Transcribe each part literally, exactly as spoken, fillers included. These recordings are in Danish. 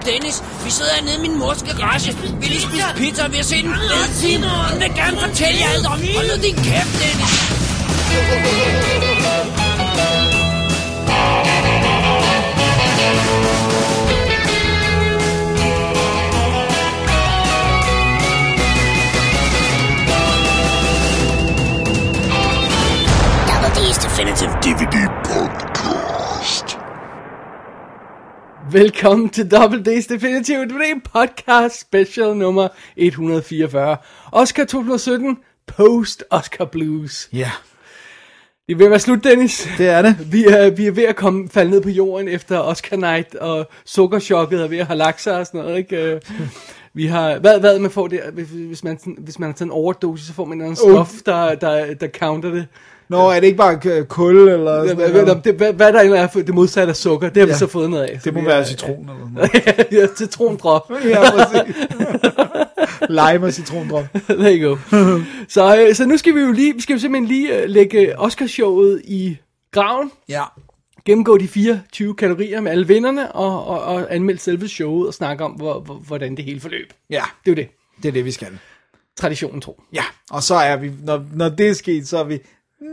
Dennis. Vi sidder hernede i min mors garage. Vi lige spise pizza, og vi har set en fed film. Hun vil gerne fortælle jer alt om. Hold nu din kæft, Dennis. Double D's Definitive D V D Podcast. Velkommen til Double D's Definitive D V D Podcast Special nummer et hundrede fireogfyrre. Oscar to tusind og sytten, Post-Oscar Blues. Ja. Det er ved at være slut, Dennis. Det er det. Vi er, vi er ved at komme, falde ned på jorden efter Oscar Night, og sukkerchokket er ved at have lagt sig og sådan noget, ikke? Vi har, hvad, hvad man får det, hvis man, hvis man har taget en overdosis, så får man en stof, uh. der, der, der counter det. Nå, er det ikke bare kul eller sådan noget? Hvad, det, hvad, hvad der egentlig er for det modsatte af sukker, det har ja. vi så fået noget af. Det må være citron eller noget. Ja, citrondrop. Ja, præcis. Lime og citrondrop. There you go. Så, så nu skal vi jo lige, vi skal jo simpelthen lige lægge Oscarshowet i graven. Ja. Gennemgå de fireogtyve kategorier med alle vinderne, og, og, og anmelde selve showet, og snakke om, hvor, hvor, hvordan det hele forløb. Ja. Det er jo det. Det er det, vi skal. Traditionen tro. Ja, og så er vi, når, når det er sket, så er vi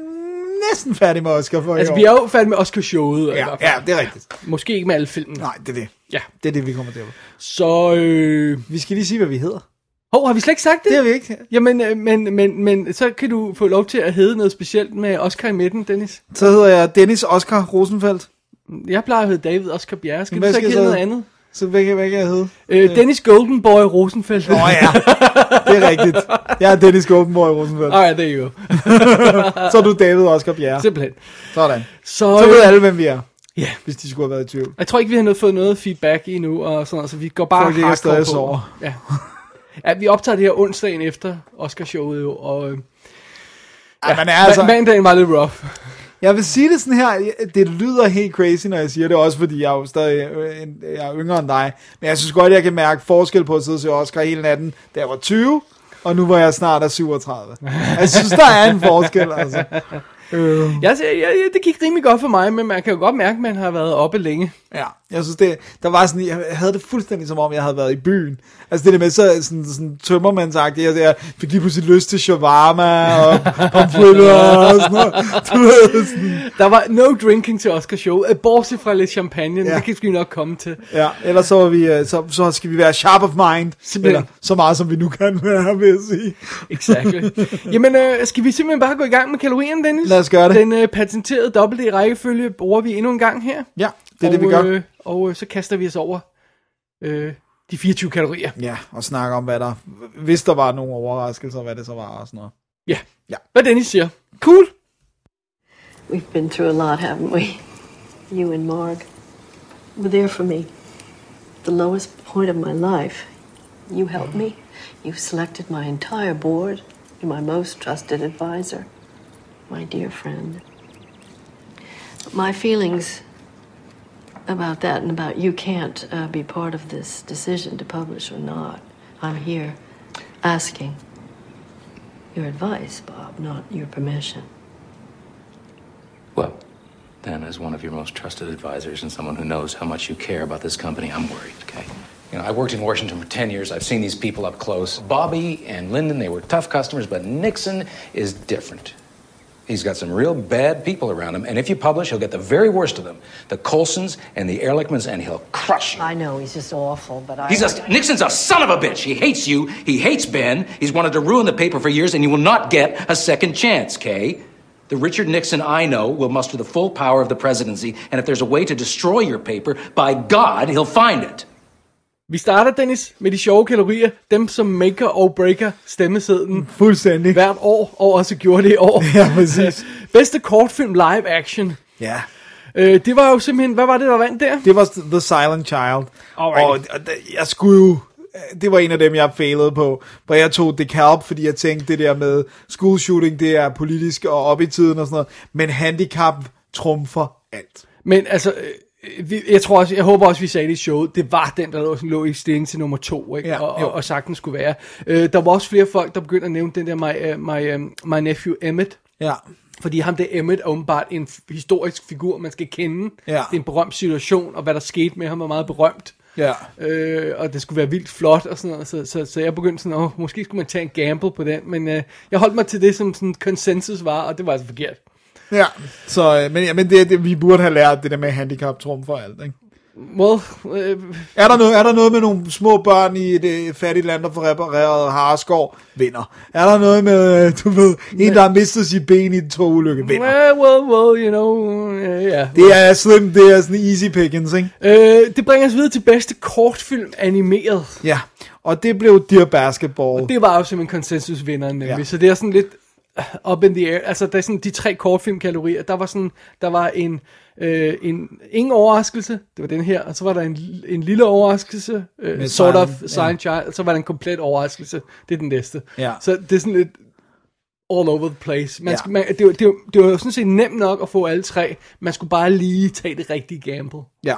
næsten færdige med Oscar for Altså, i år. vi er jo færdige med Oscar-showet. Ja, ja, det er rigtigt. Måske ikke med alle filmene. Nej, det er det. Ja. Det er det, vi kommer til. Så, øh... vi skal lige sige, hvad vi hedder. Hov, oh, har vi slet ikke sagt det? Det har vi ikke. Jamen, men, men, men så kan du få lov til at hedde noget specielt med Oscar i midten, Dennis. Så hedder jeg Dennis Oscar Rosenfeldt. Jeg plejer at hedde David Oscar Bjerre. Skal hvad du så ikke hedde noget andet? Så hvad, hvad kan jeg hedde? Øh, Dennis Golden Boy Rosenfeldt. Nå ja, det er rigtigt. Jeg er Dennis Golden Boy Rosenfeldt. Alright, there you go. Så er du David Oscar Bjerre. Simpelthen. Sådan. Så, så ved alle, hvem vi er. Ja. Yeah. Hvis de skulle have været i tvivl. Jeg tror ikke, vi har noget, fået noget feedback endnu, og sådan, så vi går bare hardcore på. Folk sover. Ja. Ja, vi optager det her onsdagen efter Oscarshowet jo, og øh, ja, ja, men altså, mandagen var lidt rough. Jeg vil sige det sådan her, det lyder helt crazy, når jeg siger det, også fordi jeg er jo stadig jeg er yngre end dig, men jeg synes godt, jeg kan mærke forskel på at sidde og se Oscar hele natten, da jeg var tyve, og nu hvor jeg snart er syvogtredive. Jeg synes, der er en forskel, altså. Øh. Jeg, jeg, jeg, det gik rimelig godt for mig, men man kan jo godt mærke, at man har været oppe længe. Ja, jeg synes det, der var sådan, jeg havde det fuldstændig som om, jeg havde været i byen. Altså det der med så sådan, sådan tømmermandsagtigt, jeg, jeg fik lige pludselig lyst til shawarma og pomfritter og sådan noget. Du ved, sådan. Der var no drinking til Oscar show, bortset fra lidt champagne, ja. Det kan vi nok komme til. Ja, ellers så, vi, så, så skal vi være sharp of mind, simpelthen. Eller så meget som vi nu kan være, vil jeg sige. Exactly. Jamen, øh, skal vi simpelthen bare gå i gang med kalorien, Dennis? Lad os gøre det. Den øh, patenterede dobbelt D rækkefølge bruger vi endnu en gang her. Ja, det er og, det, vi gør. Øh, og øh, så kaster vi os over øh, de fireogtyve kategorier. Ja, og snakker om, hvad der, hvis der var nogle overraskelser, hvad det så var og sådan noget. Ja, ja. Hvad Dennis siger. Cool. We've been through a lot, haven't we? You and Marg. Were there for me. The lowest point of my life. You helped me. You selected my entire board. You're my most trusted advisor. My dear friend. My feelings about that and about you can't uh, be part of this decision to publish or not. I'm here asking your advice, Bob, not your permission. Well, then as one of your most trusted advisors and someone who knows how much you care about this company, I'm worried, okay? You know, I worked in Washington for ten years. I've seen these people up close. Bobby and Lyndon, they were tough customers, but Nixon is different. He's got some real bad people around him, and if you publish, he'll get the very worst of them. The Colsons and the Ehrlichmans, and he'll crush you. I know, he's just awful, but I... He's a, Nixon's a son of a bitch. He hates you. He hates Ben. He's wanted to ruin the paper for years, and you will not get a second chance, Kay. The Richard Nixon I know will muster the full power of the presidency, and if there's a way to destroy your paper, by God, he'll find it. Vi starter, Dennis, med de sjove kalorier. Dem, som maker og breaker stemmesedlen. Fuldstændig. Hvert år, og også gjorde det i år. Ja, præcis. Bedste kortfilm live action. Ja. Øh, det var jo simpelthen, hvad var det, der vandt der? Det var The Silent Child. Alright. Og, og jeg skulle jo, det var en af dem, jeg failede på. Hvor jeg tog DeKalb, fordi jeg tænkte, det der med school shooting, det er politisk og op i tiden og sådan noget. Men handicap trumfer alt. Men altså... Jeg tror også, jeg håber også, vi sagde det i showet. Det var den, der lå, lå i stilling til nummer to, ikke? Ja, og, og, og sagtens skulle være. Øh, der var også flere folk, der begyndte at nævne den der My, uh, my, um, my Nephew Emmett. Ja. Fordi ham der Emmett er åbenbart en historisk figur, man skal kende. Ja. Det er en berømt situation, og hvad der skete med ham var meget berømt. Ja. Øh, og det skulle være vildt flot og sådan noget, så, så, så jeg begyndte sådan, åh, måske skulle man tage en gamble på den, men øh, jeg holdt mig til det, som sådan konsensus var, og det var altså forkert. Ja, så, øh, men, ja, men det, det, vi burde have lært det der med handicap trum for alt, ikke? Well, øh, Er der, noget, er der noget med nogle små børn i et øh, fattigt land, der får repareret Harskov, vinder? Er der noget med, øh, du ved, en, der har mistet sit ben i en togulykke, vinder? well, well, well, you know, ja. Uh, yeah. Det er slim, det er sådan easy pickings, ikke? Øh, det bringer os videre til bedste kortfilm animeret. Ja, og det blev Dear Basketball. Og det var jo simpelthen konsensusvinderen, nemlig. Ja. Så det er sådan lidt up in the air. Altså, der er sådan de tre kortfilmkategorier. Der var sådan, der var en, øh, en ingen overraskelse, det var den her, og så var der en, en lille overraskelse, øh, sort of Silent ja. Child, og så var der en komplet overraskelse, det er den næste. Ja. Så det er sådan lidt all over the place. Man Ja. skal, man, det, var, det, var, det var jo sådan set nemt nok at få alle tre, man skulle bare lige tage det rigtige gamble. Ja.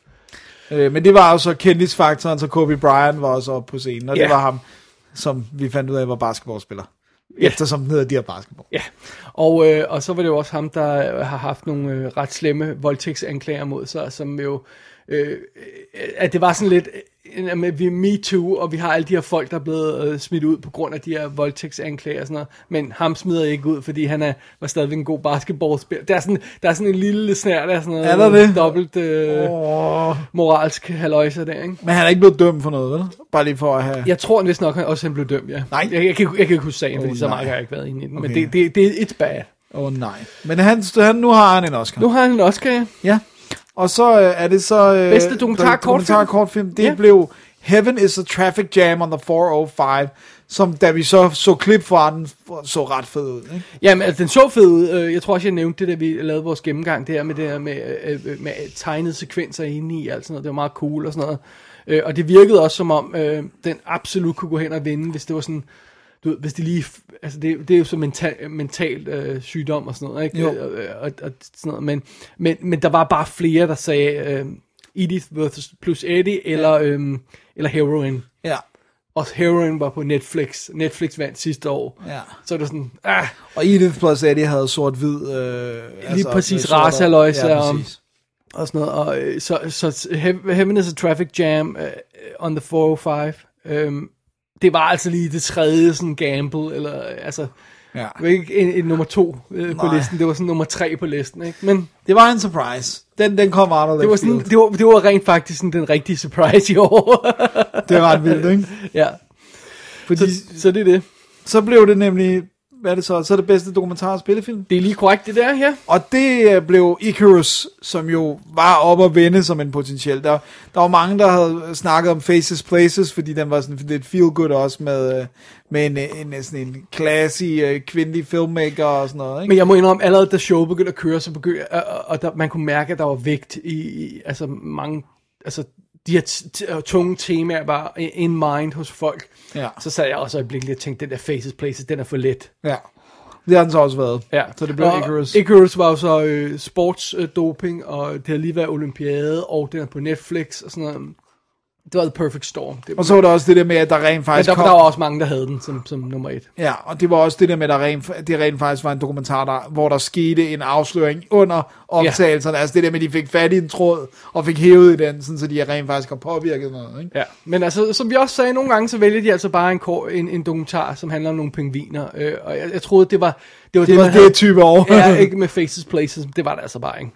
Øh, men det var jo så kendisfaktoren, så Kobe Bryant var også oppe på scenen, og Ja. det var ham, som vi fandt ud af, var basketballspiller. Ja. Eftersom den hedder Dear Basketball. Ja, og, øh, og så var det jo også ham, der har haft nogle øh, ret slemme voldtægtsanklager mod sig, som jo, øh, at det var sådan lidt, øh, med vi Me Too, og vi har alle de her folk, der er blevet øh, smidt ud på grund af de her voldtægtsanklager og sådan noget, men ham smider ikke ud, fordi han er, var stadigvæk en god basketballspiller. Der er sådan, der er sådan en lille snær, der er sådan noget er der det? dobbelt øh, Oh. moralsk halløjse der, ikke? Men han er ikke blevet dømt for noget, vel? Bare lige for at have... Jeg tror vist nok, at også han blev dømt, ja. Nej. Jeg, jeg, kan, jeg kan ikke huske sagen, Oh, fordi så nej. meget har jeg ikke været inde i den, Okay. men det, det, det er it's bad. Åh oh, nej. Men han, han, nu har han en Oscar. Nu har han en Oscar, ja. Ja. Og så øh, er det så... Øh, Bedste dokumentar-kortfilm. dokumentar-kortfilm. Det Ja. ja. blev Heaven is a Traffic Jam on the fire oh five, som da vi så så klip fra den, så ret fed ud, ikke? Jamen, altså, den så fed ud. Øh, Jeg tror også, jeg nævnte det, da vi lavede vores gennemgang der med det her med, øh, øh, med tegnede sekvenser inde i, alt sådan noget. Det var meget cool og sådan noget. Øh, Og det virkede også som om, øh, den absolut kunne gå hen og vinde, hvis det var sådan, du ved, hvis det lige, altså det, det er jo så mental, mental øh, sygdom og sådan noget, ikke? Jo. Øh, Og, og sådan noget. Men, men, men der var bare flere, der sagde øh, Edith versus plus Eddie, eller, øh, eller Heroin. Ja. Og Heroin var på Netflix. Netflix vandt sidste år. Ja. Så er det sådan, ah, Og Edith plus Eddie havde sort-hvid... Øh, lige præcis med racehaløjse ja, om- præcis. og sådan noget. Og øh, så, så Heaven Heaven is a Traffic Jam uh, on the four oh five. Um, det var altså lige det tredje sådan gamble, eller øh, altså, Ja. det var ikke en, en nummer to øh, på Nej. listen, det var sådan nummer tre på listen, ikke? Men Det var en surprise. Den, den kom out of det var, left sådan, field. det, var, det var rent faktisk sådan den rigtige surprise i år. Det er ret vildt, ikke? Ja, Fordi så, så det er det. så blev det nemlig... Hvad er det så? Så er det bedste dokumentar- og spillefilm. Det er lige korrekt, det der, ja. Og det øh, blev Icarus, som jo var op at vende som en potentiel. Der, der var mange, der havde snakket om Faces Places, fordi den var sådan lidt feel good også med, øh, med en, en, en, sådan en classy øh, kvindelig filmmaker og sådan noget. Ikke? Men jeg må indrømme, allerede da showet begyndte at køre, så begyndte, og, og der, man kunne mærke, at der var vægt i, i altså mange, altså de her t- t- tunge temaer var in mind hos folk. Ja. Så sad jeg også øjeblikkeligt og tænkte, den der Faces Places, den er for let. Ja, det har den så også været. Ja. Så det blev og Icarus. Icarus var jo så øh, sportsdoping, øh, og det har lige været olympiade, og den er på Netflix, og sådan noget. Det var The Perfect Storm. Det, Og så var der også det der med, at der rent men faktisk der, kom... der var også mange, der havde den som, som nummer et. Ja, og det var også det der med, at der rent, det rent faktisk var en dokumentar, der, hvor der skete en afsløring under optagelserne. Ja. Altså det der med, at de fik fat i en tråd, og fik hævet i den, sådan, så de rent faktisk har påvirket noget. Ikke? Ja, men altså, som vi også sagde, nogle gange, så vælger de altså bare en, kor- en, en dokumentar, som handler om nogle pingviner. Øh, og jeg, jeg troede, det var... Det var Det var man det havde- type år. Ja, ikke med Faces Places, det var det altså bare ikke.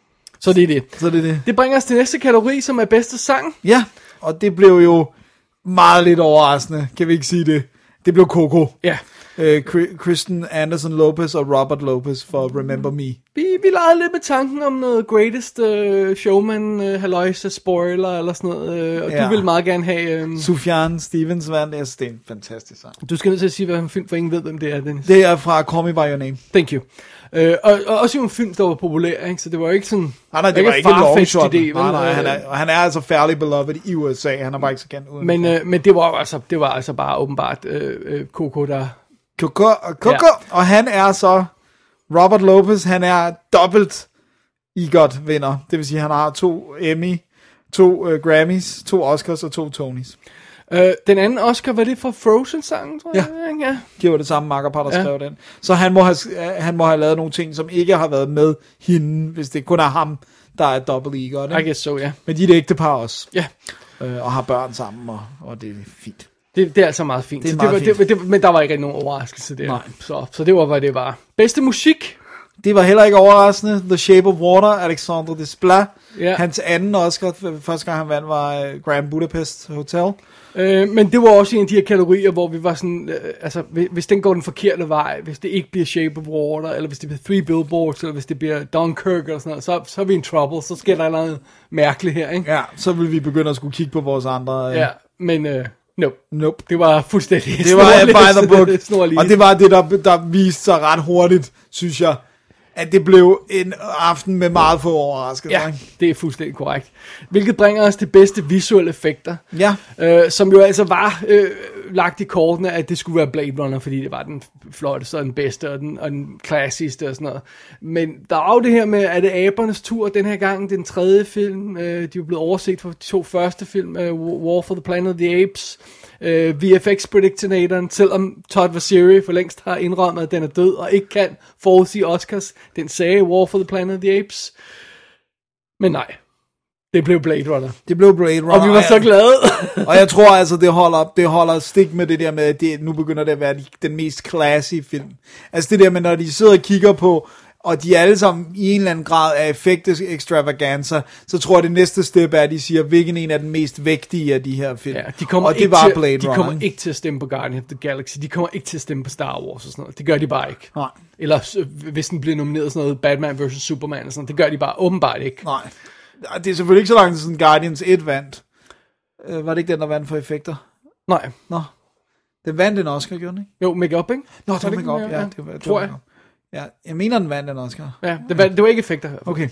Så det er det. Så det er det. Det bringer os til næste kategori, som er bedste sang. Ja, og det blev jo meget lidt overraskende, kan vi ikke sige det. Det blev Coco. Ja. Øh, Kri- Kristen Anderson Lopez og Robert Lopez for Remember Me. Vi, vi legede lidt med tanken om noget Greatest uh, Showman, uh, halløjse, spoiler eller sådan noget. Uh, og Ja. du vil meget gerne have... Um, Sufjan Stevens vandt. Jeg synes, det er en fantastisk sang. du skal nødt til at sige, hvad han film, for ingen ved, hvem det er, Dennis. Det er fra Call Me By Your Name. Thank you. Uh, og, og også jo en film, der var populær, ikke? Så det var jo ikke sådan... Nej, nej, det var ikke en long farfetched shot. idé, Nej, vel? nej, han er, og han er altså fairly beloved i U S A. Han er bare ikke så kendt uden. Men, øh, men det var jo altså, det var altså bare åbenbart øh, øh, Coco, der... Coco, Coco. Ja. Og han er så, Robert Lopez, han er dobbelt EGOT vinder. Det vil sige, han har to Emmy, to uh, Grammys, to Oscars og to Tonys. Øh, den anden Oscar, var det for Frozen-sangen, tror jeg? Ja. ja. Det var det samme makkerpar, der Ja. skrev den. Så han må, have, han må have lavet nogle ting, som ikke har været med hende, hvis det kun er ham, der er dobbelt EGOT. I guess so, ja. Men de er et ægte par også. Ja. øh, og har børn sammen, og, og det er fint. Det, det er altså meget fint. Det er så meget det var, fint. Det, det, men der var ikke rigtig nogen overraskelse der. Nej. Så, så det var, hvad det var. Bedste musik? Det var heller ikke overraskende. The Shape of Water, Alexandre Desplat. Ja. Hans anden Oscar, første gang han vandt, var uh, Grand Budapest Hotel. Øh, men det var også en af de her kategorier, hvor vi var sådan, øh, altså hvis, hvis den går den forkerte vej, hvis det ikke bliver Shape of Water, eller hvis det bliver Three Billboards, eller hvis det bliver Dunkirk, eller sådan noget, så, så er vi in trouble, så sker der noget mærkeligt her, ikke? Ja, så vil vi begynde at skulle kigge på vores andre... Uh... Ja, men øh, nope. Nope. Det var fuldstændig Det var by the book. snorlige. Og det var det, der, der viste sig ret hurtigt, synes jeg, at det blev en aften med meget få overraskelser. Ja, det er fuldstændig korrekt. Hvilket bringer os til bedste visuelle effekter. Ja. Øh, som jo altså var øh, lagt i kortene, at det skulle være Blade Runner, fordi det var den flotteste og den bedste og den, og den klassigste og sådan noget. Men der er jo det her med, at det er abernes tur den her gang, den tredje film. Øh, de er blevet overset for de to første film, øh, War for the Planet of the Apes. Uh, V F X-predictinatoren, selvom Todd Vasiri for længst har indrømmet, at den er død, og ikke kan forudsige Oscars. Den sagde War for the Planet of the Apes. Men nej, det blev Blade Runner. Det blev Blade Runner. Og vi var så glade. Og jeg tror altså, det holder, det holder stik med det der med, at det, nu begynder det at være de, den mest classy film. Altså det der med, når de sidder og kigger på, og de er alle sammen i en eller anden grad af effekt extravaganza, så tror jeg, det næste step er, at de siger, hvilken en er den mest vægtige af de her film. Ja, de kommer, og det ikke, var til, Blade de Runner. kommer ikke til at stemme på Guardians of the Galaxy. De kommer ikke til at stemme på Star Wars og sådan noget. Det gør de bare ikke. Nej. Eller øh, hvis den bliver nomineret sådan noget Batman versus Superman og sådan noget. Det gør de bare åbenbart ikke. Nej. Det er selvfølgelig ikke så langt siden Guardians et vandt. Øh, var det ikke den, der vandt for effekter? Nej. Nå. Den vandt en Oscar, gjorde den ikke? Jo, make-up, ikke? Nå, det var make-up, ja. ja. Det var, det Tror var jeg. make-up. Ja, jeg mener, den vandt en Oscar. Ja, det var, det var ikke effekter. Okay.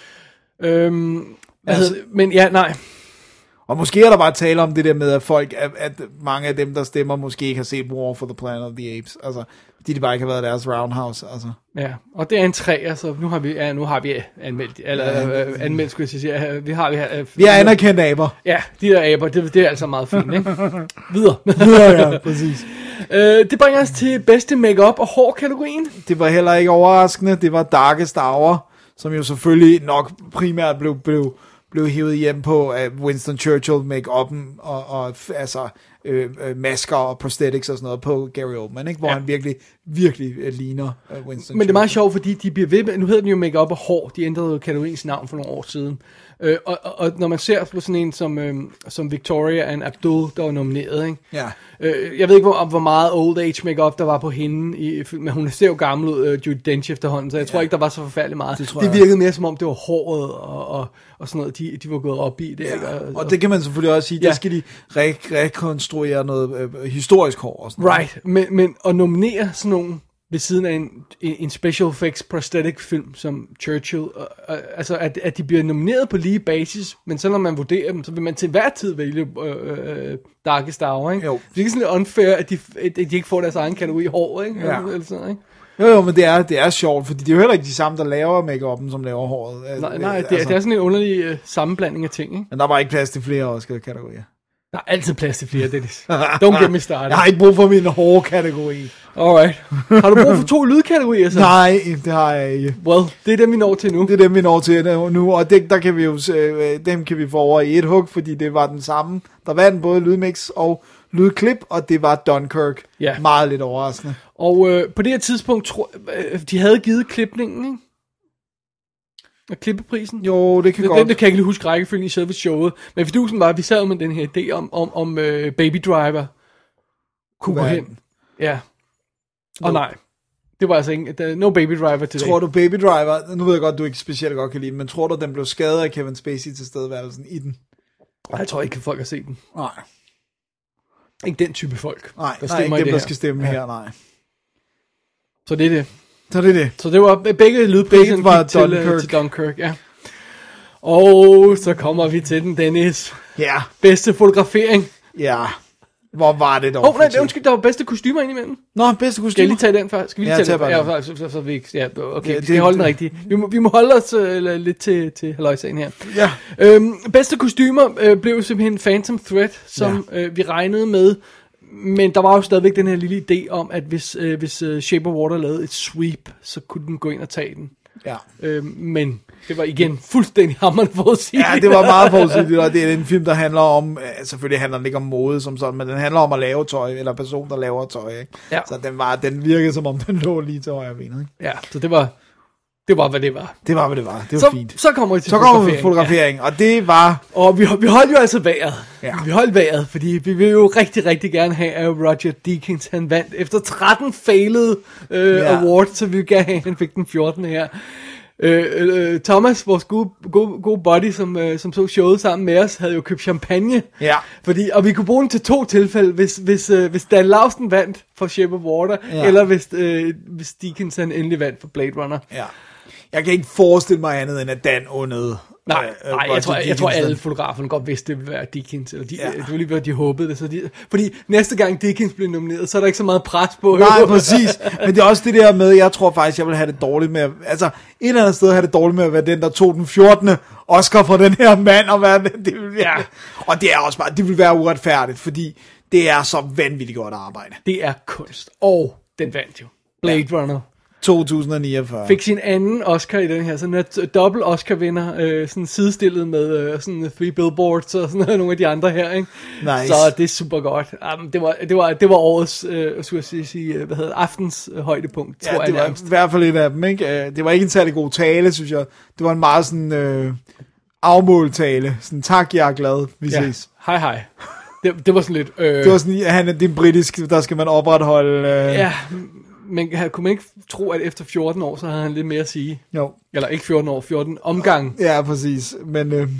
Øhm, hvad Altså- hedder det? Men ja, nej. Og måske er der bare tale om det der med, at folk, at, at mange af dem, der stemmer, måske ikke har set War for the Planet of the Apes. Altså, fordi de bare ikke har været deres roundhouse. Altså. Ja, og det er en træer, så nu har vi, ja, nu har vi anmeldt, eller øh, anmeldt, skulle jeg sige, ja, vi har, vi har, øh, Vi har anerkendt aber. Ja, de der aber, det, det er altså meget fint, ikke? Videre. Ja, ja, præcis. øh, det bringer os til bedste make-up og hår-kategorien. Det var heller ikke overraskende. Det var Darkest Hour, som jo selvfølgelig nok primært blev, blev, blev hævet hjem på af Winston Churchill make-up'en og, og altså øh, øh, masker og prosthetics og sådan noget på Gary Oldman, ikke? Hvor Ja. han virkelig, virkelig øh, ligner øh, Winston Men det er meget Churchill. sjovt, fordi de bliver ved med, nu hedder den jo make-up og hår, de ændrede jo kategoriens navn for nogle år siden. Øh, og, og, og når man ser på sådan en som, øh, som Victoria and Abdul, der var nomineret, ikke? Ja. Øh, jeg ved ikke, hvor, hvor meget old age makeup der var på hende, i, men hun ser jo gammel ud, uh, Judi Dench efterhånden, så jeg tror Ja. ikke, der var så forfærdeligt meget. Det Det, tror det jeg virkede mere som om, det var håret og, og, og sådan noget, de, de var gået op i det. Ja, Ikke? Og, og det kan man selvfølgelig også sige, Ja. der skal de re- rekonstruere noget øh, historisk hår og sådan noget. Right, men, men at nominere sådan nogle ved siden af en, en, en special effects prosthetic film som Churchill, og, og, altså at, at de bliver nomineret på lige basis, men så når man vurderer dem, så vil man til hver tid vælge øh, øh, Darkest Hour, ikke? Jo. Det er sådan lidt unfair, at de, at de ikke får deres egen kategori i hår, ikke? Ja. Eller, eller sådan, ikke? Jo, jo, men det er, det er sjovt, fordi det er jo heller ikke de samme, der laver make-up'en, som laver håret. Nej, nej det, altså. det er sådan en underlig øh, sammenblanding af ting, ikke? Men der var ikke plads til flere Oscar-kategorier. Der er altid plads til flere, Dennis. Don't get me started. Jeg har ikke brug for min hårde kategori. Alright. Har du brug for to lydkategorier, så? Nej, det har jeg ikke. Well, det er dem, vi når til nu. Det er dem, vi når til nu, og det, der kan vi jo, øh, dem kan vi få over i et hug, fordi det var den samme. Der var den både lydmix og lydklip, og det var Dunkirk. Ja. Meget lidt overraskende. Og øh, på det her tidspunkt, tro, øh, de havde givet klipningen, ikke? Og klippeprisen. Jo, det kan det, godt. Den, det kan jeg ikke lige huske rækkefølgen i selve showet. Men fidusen var, at vi sad med den her idé om, om, om øh, Baby Driver kunne gå Hvad? hen. Ja. Og nej. Det var altså ikke, der, no Baby Driver til Tror du Baby Driver, nu ved jeg godt, du ikke specielt godt kan lide den, men tror du, den blev skadet af Kevin Spacey til stedværelsen i den? Nej, jeg tror ikke, at folk har set den. Nej. Ikke den type folk, Nej, der nej stemmer ikke i dem, det der her. skal stemme Ja. her, nej. Så det er det. Så det er det. Så det var begge lydpriserne Begge var gik til, øh, Dunkirk. til Dunkirk, ja. Og så kommer vi til den, Dennis. Ja, Bedste fotografering. ja. Hvor var det dog? Åh, oh, nej, fortjent. undskyld, der var bedste kostymer indimellem. Nå, bedste Skal jeg kostymer. lige tage den først? Skal vi lige Ja, tage tag den? bare Ja, så, så, så vi ikke... Ja, okay, Ja, vi det- skal holde den det- rigtige. Vi må, vi må holde os uh, lidt til, til halvøjsagen her. Ja. Øhm, bedste kostymer øh, blev simpelthen Phantom Thread, som ja. øh, vi regnede med. Men der var jo stadigvæk den her lille idé om, at hvis, øh, hvis uh, Shape of Water lavede et sweep, så kunne den gå ind og tage den. Ja. Øh, men Det var igen fuldstændig hammerende forudsigeligt. Ja, det var meget forudsigeligt, og det er en film, der handler om, selvfølgelig handler den ikke om mode som sådan, men den handler om at lave tøj, eller person, der laver tøj, ikke? Ja. Så den, var, den virkede, som om den lå lige til højre benet, ikke? Ja, så det var, det var, hvad det var. Det var, hvad det var. Det var så, fint. Så kommer vi til så fotografering. kommer vi fotografering, ja. Og det var... Og vi, vi holdt jo altså vejret. Ja. Vi holdt vejret, fordi vi vil jo rigtig, rigtig gerne have, at Roger Deakins, han vandt efter tretten failede øh, Ja. awards, så vi vil gerne have, at han fik den fjortende her. Øh, øh, Thomas, vores gode, gode, gode buddy, som, øh, som så showet sammen med os, havde jo købt champagne. Ja. Fordi, og vi kunne bruge den til to tilfælde, hvis, hvis, øh, hvis Dan Lausten vandt for Shape of Water, Ja. eller hvis, øh, hvis Deakins han endelig vandt for Blade Runner. Ja. Jeg kan ikke forestille mig andet, end at Dan undede. Nej, øh, nej Roger jeg, tror, jeg, jeg tror Deakins alle den. fotograferne godt vidste, det ville være Deakins. Eller de, Ja. ja. Det var lige, hvad de håbede det. Så de, fordi næste gang Deakins bliver nomineret, så er der ikke så meget pres på. Nej, præcis. Men det er også det der med, jeg tror faktisk, jeg vil have det dårligt med, altså et eller andet sted have det dårligt med at være den, der tog den fjortende Oscar fra den her mand, og være det, det vil, Ja. Og det er også bare, det vil være uretfærdigt, fordi det er så vanvittigt godt arbejde. Det er kunst. Og den vandt jo. Blade ja. Runner. to tusind niogfyrre. Fik sin anden Oscar i den her, sådan en dobbelt Oscar-vinder, øh, sådan sidestillet med øh, sådan Three Billboards og sådan nogle af de andre her, ikke? Nice. Så det er super godt. Um, det, var, det, var, det var årets, øh, skulle jeg sige, hvad hedder det, aftens øh, højdepunkt, tror Ja, jeg det var nærmest. i hvert fald et af dem, ikke? Øh, Det var ikke en særlig god tale, synes jeg. Det var en meget sådan øh, afmålt tale. Sådan, tak, jeg er glad, vi Ja. ses. Hej hej. Det, det var sådan lidt... Øh, Det var sådan, han er, det er britisk, der skal man opretholde... Øh, ja, men han- kunne man ikke tro, at efter fjorten år, så havde han lidt mere at sige? Jo. Eller ikke fjorten år, fjorten omgang. Ja, præcis. Men øh,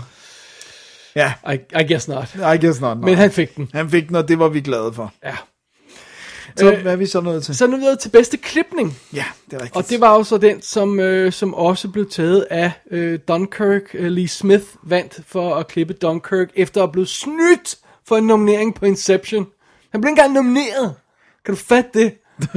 ja, I, I guess not. I guess not. Men han fik den. Han fik den, og det var vi glade for. Ja. Så Øh, hvad er vi så nået til? Så er nu videre til bedste klipning. Ja, det er rigtigt. Og det var jo så den, som, øh, som også blev taget af øh, Dunkirk. Øh, Lee Smith vandt for at klippe Dunkirk, efter at have blevet snydt for en nominering på Inception. Han blev ikke engang nomineret. Kan du fatte det?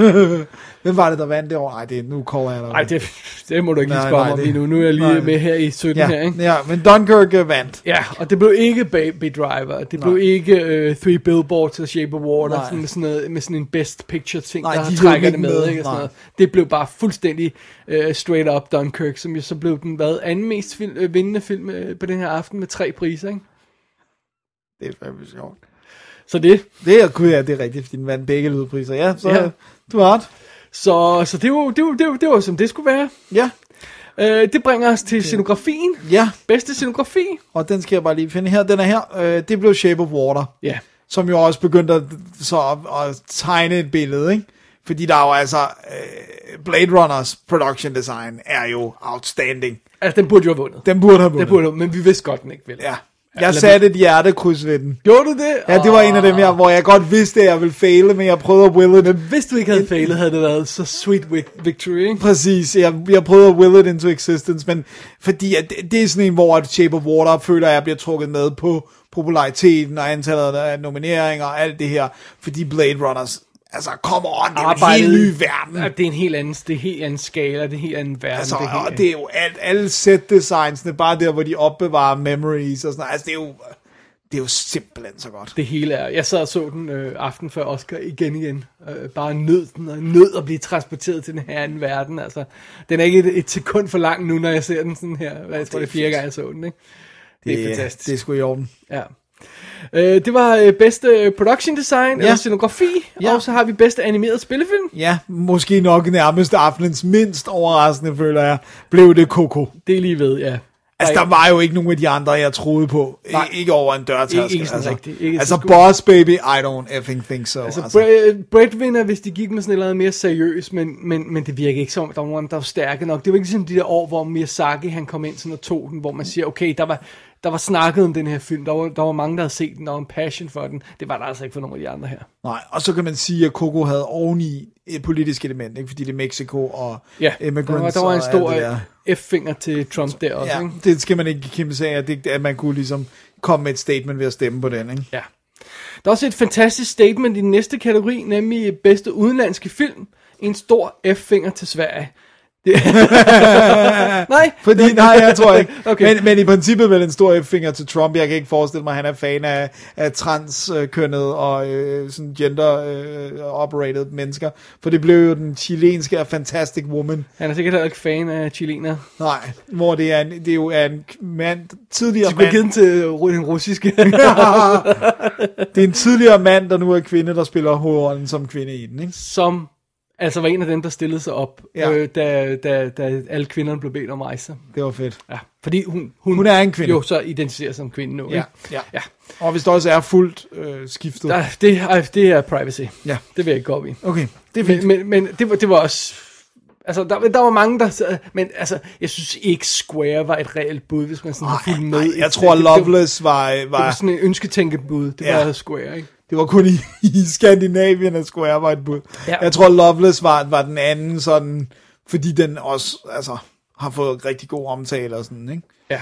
Hvem var det, der vandt det år? Ej, det er nu kommer jeg der. Nej, det, det må du ikke lige Nej, spørge nej, mig om det- lige nu. Nu er jeg lige nej. med her i sytten ja, her, ikke? ja, men Dunkirk øh, vandt. Ja, og det blev ikke Baby Driver. Det blev ikke uh, Three Billboards og Shape of Water, Nej. sådan med, sådan noget, med sådan en best picture ting, Nej, der de trækker blev det ikke med. med. Ikke, og sådan Nej. noget. Det blev bare fuldstændig uh, straight up Dunkirk, som jo så blev den hvad, anden mest film, uh, vindende film uh, på den her aften med tre priser. Ikke? Det er fandme sjovt. Så det. Det er, gud, ja, det er rigtigt, fordi den vandt begge lydpriser. Ja, så Ja. du har ret. Så, så det, var, det, var, det, var, det var som det skulle være. Ja, Uh, det bringer os til scenografien. ja, Bedste scenografi. og den skal jeg bare lige finde her. Den er her. Øh, det blev Shape of Water. Ja. Som jo også begyndte at, så at, at tegne et billede, ikke? Fordi der er jo altså, øh, Blade Runners production design er jo outstanding. Altså, den burde jo have vundet. Den burde have Den vundet. burde, men vi vidste godt, den ikke ville. Ja. Jeg satte et hjertekryds ved den. Gjorde du det? Ja, det var en af dem her, hvor jeg godt vidste, at jeg ville faile, men jeg prøvede at will it. Men hvis du ikke havde fejlet, havde det været så sweet wi- victory, ikke? Præcis, jeg, jeg prøvede at will it into existence, men fordi at det, det er sådan en, hvor at Shape of Water føler, at jeg bliver trukket med på populariteten og antallet af nomineringer og alt det her, fordi Blade Runners, altså come on, det er jo en helt ny verden. Ja, det er en helt anden, det er en helt anden skala, det er en helt anden verden. Altså, det er helt og det er jo alt, alle set designsene, bare der, hvor de opbevarer memories og sådan noget. Altså, det er jo, det er jo simpelthen så godt. Det hele er. Jeg sad og så den øh, aften før Oscar igen igen. Øh, bare nød den, og nød at blive transporteret til den her anden verden. Altså, den er ikke et, et sekund for lang nu, når jeg ser den sådan her. Jeg tror, det er fjerde gang, jeg så den, ikke? Det er det, fantastisk. Det er sgu i orden. Ja. Øh, det var øh, bedste production design, ja. Eller scenografi, Ja. og så har vi bedste animeret spillefilm. Ja, måske nok nærmest aftenens mindst overraskende, føler jeg, blev det Coco. Det er lige ved, ja. Altså, der var jo ikke nogen af de andre, jeg troede på. Nej. I, ikke over en dørtaske. Ikke- ikke sådan altså. rigtigt. Ikke altså, så- Boss Baby, I don't effing think so. Altså, Altså, bre- breadwinner, hvis de gik med sådan et eller andet mere seriøst, men, men, men det virker ikke som, der var nogen, der var stærke nok. Det var ikke ligesom de der år, hvor Miyazaki, han kom ind sådan og tog den, hvor man siger, okay, der var, der var snakket om den her film, der var, der var mange, der havde set den, der var en passion for den. Det var der altså ikke for nogle af de andre her. Nej, og så kan man sige, at Coco havde oveni et politisk element, ikke? Fordi det er Mexico og Ja, der immigrants var, der var en og stor alt det der. F-finger til Trump der også, Ja, ikke? det skal man ikke kæmpe sig af, at, det, at man kunne ligesom komme med et statement ved at stemme på den, ikke? Ja. Der er også et fantastisk statement i den næste kategori, nemlig bedste udenlandske film. En stor F-finger til Sverige. Nej. Fordi, nej, jeg tror ikke. Okay. Men, men i princippet vel en stor finger til Trump. Jeg kan ikke forestille mig, at han er fan af, af transkønnet og øh, sådan gender-operated øh, mennesker. For det blev jo den chilenske Fantastic Woman. Han er sikkert heller ikke fan af chilener. Nej, hvor det er, en, det er jo er en mand, tidligere mand. Du givet den til den russiske. Det er en tidligere mand, der nu er kvinde, der spiller hovedrollen som kvinde i den, ikke? Som altså var en af dem, der stillede sig op, ja. øh, da, da, da alle kvinderne blev bedt om at rejse. Det var fedt. Ja, fordi hun, hun, hun er en kvinde. Jo, så identificerer sig som kvinde nu. Ja, ja. ja. Og hvis det også er fuldt øh, skiftet. Der, det, det er privacy. Ja. Det vil jeg ikke gå op i. Okay, det er fint. Men, men, men det, var, det var også... Altså, der, der var mange, der... Men altså, jeg synes ikke Square var et reelt bud, hvis man sådan har fulgt med. Nej, jeg tror det, Loveless var, var... Det var sådan en ønsketænkebud. Det ja. var Square, ikke? Det var kun i, i Skandinavien, at Square var et bud. Ja. Jeg tror Loveless var, var den anden sådan... Fordi den også altså, har fået rigtig god omtale og sådan, ikke? Ja.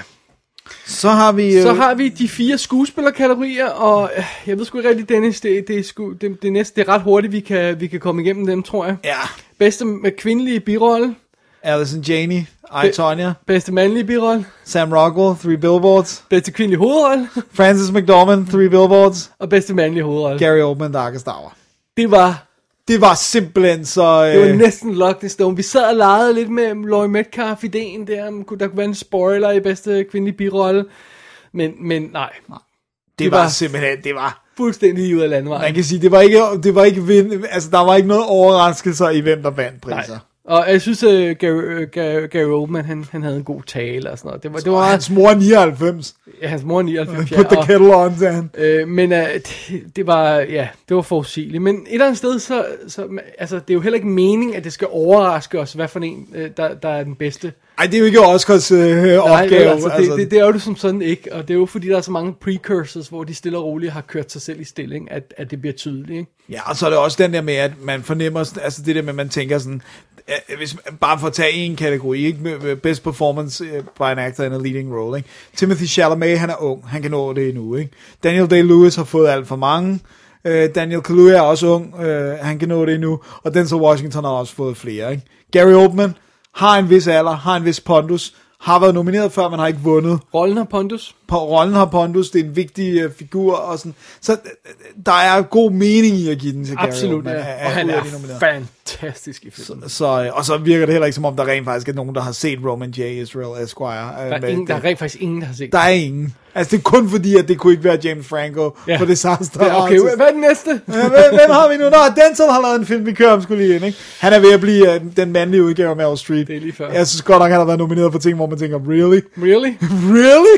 Så har vi... Øh... Så har vi de fire skuespillerkategorier, og øh, jeg ved sgu ikke rigtig, Dennis, det, det, er sku, det, det, næste, det er ret hurtigt, vi kan, vi kan komme igennem dem, tror jeg. Ja. Bedste kvindelige birolle. Allison Janney, I, Be- Tonya. Bedste mandlige birolle. Sam Rockwell, Three Billboards. Bedste kvindelige hovedrolle. Frances McDormand, Three Billboards. Og bedste mandlige hovedrolle. Gary Oldman, Darkest Hour. Det var... Det var simpelthen så... Øh... Det var næsten Locked in Stone. Vi sad og legede lidt med Laurie Metcalf-ideen der. Der kunne være en spoiler i bedste kvindelige birolle. Men, men nej. nej. Det, det var, var simpelthen... Det var... fuldstændig ud af landvejen. Man kan sige, det var ikke... Det var ikke vind, altså, der var ikke noget overraskelser i, hvem der vandt priser. Nej. Og jeg synes, at uh, Gary, uh, Gary, Gary Oldman, han, han havde en god tale og sådan noget. Det var, det var hans mor er nioghalvfems. Ja, hans mor er nioghalvfems, ja. Put the kettle on, sagde han. Øh, men uh, det, det var, ja, det var forudsigeligt. Men et eller andet sted, så, så altså, det er jo heller ikke meningen, at det skal overraske os, hvad for en, uh, der, der er den bedste. Ej, det er jo ikke Oscars øh, opgave. Nej, altså, det, altså. Det, det er jo det som sådan ikke. Og det er jo fordi, der er så mange precursors, hvor de stille og roligt har kørt sig selv i stilling, at, at det bliver tydeligt, ikke? Ja, og så er det også den der med, at man fornemmer, altså det der med, at man tænker sådan, hvis man, bare for at tage en kategori, ikke? Best performance by an actor in a leading role, ikke? Timothy Chalamet, han er ung, han kan nå det endnu, ikke? Daniel Day-Lewis har fået alt for mange, uh, Daniel Kaluuya er også ung, uh, han kan nå det endnu, og Denzel Washington har også fået flere, ikke? Gary Oldman har en vis alder, har en vis pondus, har været nomineret før, man har ikke vundet. Rollen har pondus. På rollen har pondus, det er en vigtig uh, figur og sådan. Så uh, der er god mening i at give den til Gary Absolut, Oldman. Ja. Og han er fantastisk i filmen. Så, så, og så virker det heller ikke som om, der rent faktisk er nogen, der har set Roman J. Israel Esquire. Der er, ingen, der er rent faktisk ingen, der har set Der er ingen. Altså det er kun fordi, at det kunne ikke være James Franco ja. For Disaster. Ja, okay, hvad er den næste? Ja, hvem, hvem har vi nu? Nå, Denzel har lavet en film, vi kører om skulle lige ind, ikke? Han er ved at blive uh, den mandlige udgave af Meryl Streep. Det er lige før. Jeg synes godt nok, han har været nomineret for ting, hvor man tænker, really? Really? Really?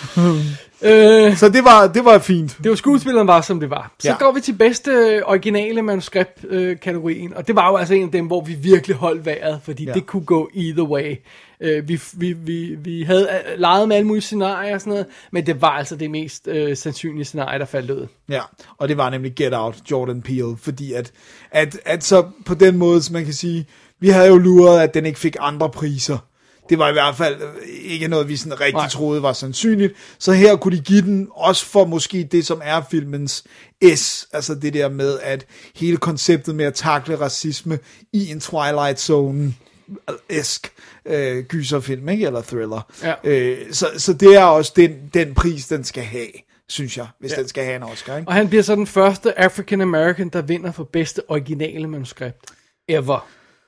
øh, så det var, det var fint. Det var skuespilleren var, som det var. Så ja. går vi til bedste øh, originale manuskript-kategorien, øh, og det var jo altså en af dem, hvor vi virkelig holdt vejret, fordi ja. det kunne gå either way. Øh, vi, vi, vi, vi havde leget med alle mulige scenarier og sådan noget, men det var altså det mest øh, sandsynlige scenarie, der faldt ud. Ja, og det var nemlig Get Out, Jordan Peele, fordi at, at, at så på den måde, som man kan sige, vi havde jo luret, at den ikke fik andre priser. Det var i hvert fald ikke noget, vi sådan rigtig Nej. troede var sandsynligt. Så her kunne de give den, også for måske det, som er filmens S. Altså det der med, at hele konceptet med at takle racisme i en Twilight Zone-esk øh, gyserfilm, ikke? Eller thriller. Ja. Øh, så, så det er også den, den pris, den skal have, synes jeg, hvis ja. den skal have en Oscar. Ikke? Og han bliver så den første African American, der vinder for bedste originale manuskript. Ever.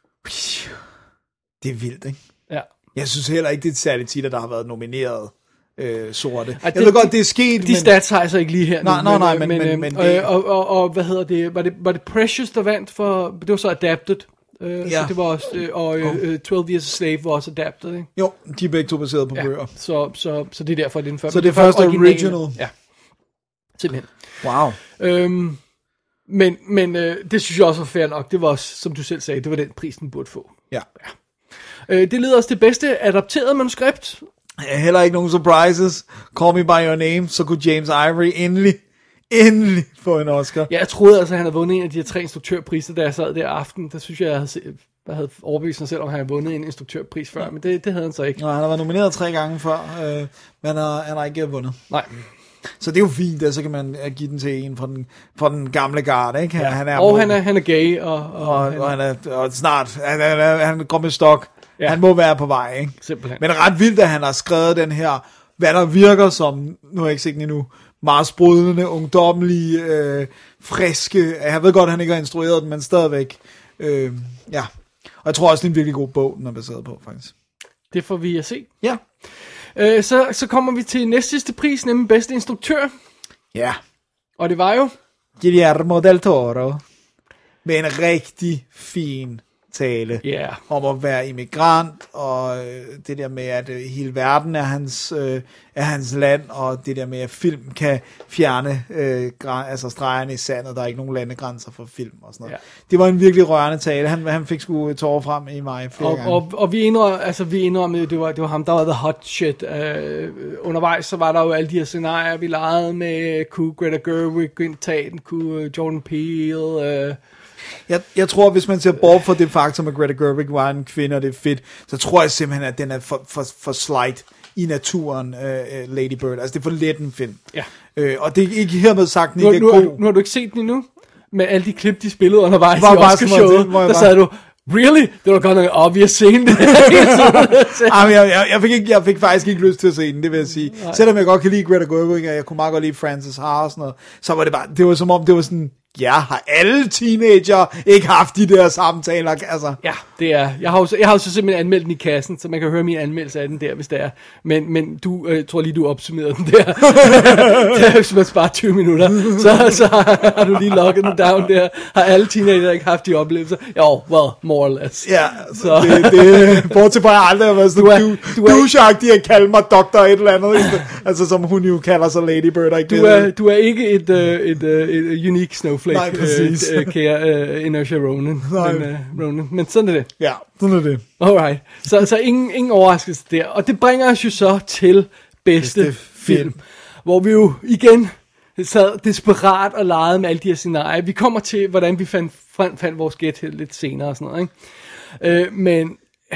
Det er vildt, ikke? Ja. Jeg synes heller ikke, det er særligt tit, at der har været nomineret øh, sorte. Ej, det, jeg ved godt, det er sket, de men... stats har jeg så ikke lige her. Nej, nej, nej, men... men, men, men øh, og, og, og hvad hedder det? Var det, var det Precious, der vandt for... Det var så Adapted. Øh, ja. Så det var også... Øh, og øh, twelve Years a Slave var også Adapted, ikke? Jo, de er begge to baseret på ja, bøger. Så, så, så det er derfor, det er den første. Så det er første original. Ja, simpelthen. Wow. Øhm, men men øh, det synes jeg også var fair nok. Det var også, som du selv sagde, det var den pris, den burde få. Ja. ja. Øh, det leder os til bedste adapteret manuskript. Heller ikke nogen surprises. Call Me By Your Name, så kunne James Ivory endelig, endelig få en Oscar. Ja, jeg troede altså, at han havde vundet en af de her tre instruktørpriser, da jeg sad der aften. Der synes jeg, jeg havde, set, jeg havde overbevist mig selv, om han havde vundet en instruktørpris før, men det, det havde han så ikke. Nå, han har været nomineret tre gange før, øh, men uh, han har ikke vundet. Nej. Så det er jo fint, og så kan man give den til en fra den, fra den gamle garde, ikke? Han, Ja. han er Og mod, han er, han er gay, og, og, og, han, og han er og snart, han, han, han, han går med stok. Ja. Han må være på vej, ikke? Simpelthen. Men ret vildt, at han har skrevet den her, hvad der virker som, nu har jeg ikke set den endnu, meget sprudlende, ungdomlige, øh, friske. Jeg ved godt, at han ikke har instrueret den, men stadigvæk. Øh, ja. Og jeg tror også, det er en virkelig god bog, den er baseret på, faktisk. det får vi at se. Ja. Øh, så, så kommer vi til næst sidste pris, nemlig bedste instruktør. Ja. Og det var jo... Guillermo del Toro. Med en rigtig fin tale. Ja. Yeah. Om at være immigrant, og øh, det der med, at øh, hele verden er hans, øh, er hans land, og det der med, at film kan fjerne øh, græn, altså stregerne i sandet, der er ikke nogen landegrænser for film og sådan noget. Ja. Det var en virkelig rørende tale. Han, han fik sgu tårer frem i mig flere Og, gange. og, og vi indrømmer, altså vi indrømmede, det var, det var ham, der var the hot shit. Øh, undervejs, så var der jo alle de her scenarier, vi legede med, kunne Greta Gerwig tage den, kunne Jordan Peele... Øh, Jeg, jeg tror, hvis man ser bort fra det faktum, at Greta Gerwig var en kvinde, og det er fedt, så tror jeg simpelthen, at den er for, for, for slight i naturen, uh, Lady Bird. Altså, det er for let en film. Ja. Øh, og det er ikke hermed sagt, den nu, ikke nu, er har god. du, nu har du ikke set den endnu? Med alle de klip, de spillede undervejs Var i bare sådan Oscarshowet, noget, hvor jeg der var- sagde du, really? Det var godt nok obvious scene. Ej, men jeg, jeg, jeg, fik ikke, jeg fik faktisk ikke lyst til at se den, det vil jeg sige. Nej. Selvom jeg godt kan lide Greta Gerwig, og jeg kunne meget godt lide Frances Ha og sådan noget, så var det bare, det var som om, det var sådan, ja, har alle teenager ikke haft de der samtaler, altså. Ja, det er. Jeg har jo så, jeg har jo så simpelthen anmeldt den i kassen, så man kan høre min anmeldelse af den der, hvis det er. Men, men du, øh, tror lige, du opsummerede den der. Der, hvis man sparer tyve minutter, så, så har du lige logget den down der. Har alle teenager ikke haft de oplevelser? Jo, well, more or less. Ja, Så- så. det, det, bortset fra, at jeg aldrig har været Du er- sådan du er- douche-agtig at kalde mig doktor et eller andet, altså som hun jo kalder sig Lady Bird, og ikke Du er, du er ikke et, uh, et, uh, et unique snowflake, Nej, præcis. uh, uh, kære uh, Inertia Ronan. Nej. Men, uh, Ronan. Men sådan er det. Ja, sådan er det. Alright. Så, så ingen, ingen overraskelse der. Og det bringer os jo så til bedste, Bedste film. film. Hvor vi jo igen sad desperat og legede med alle de her scenarier. Vi kommer til, hvordan vi fandt, fandt, fandt vores gæt lidt senere og sådan noget. Ikke? Øh, men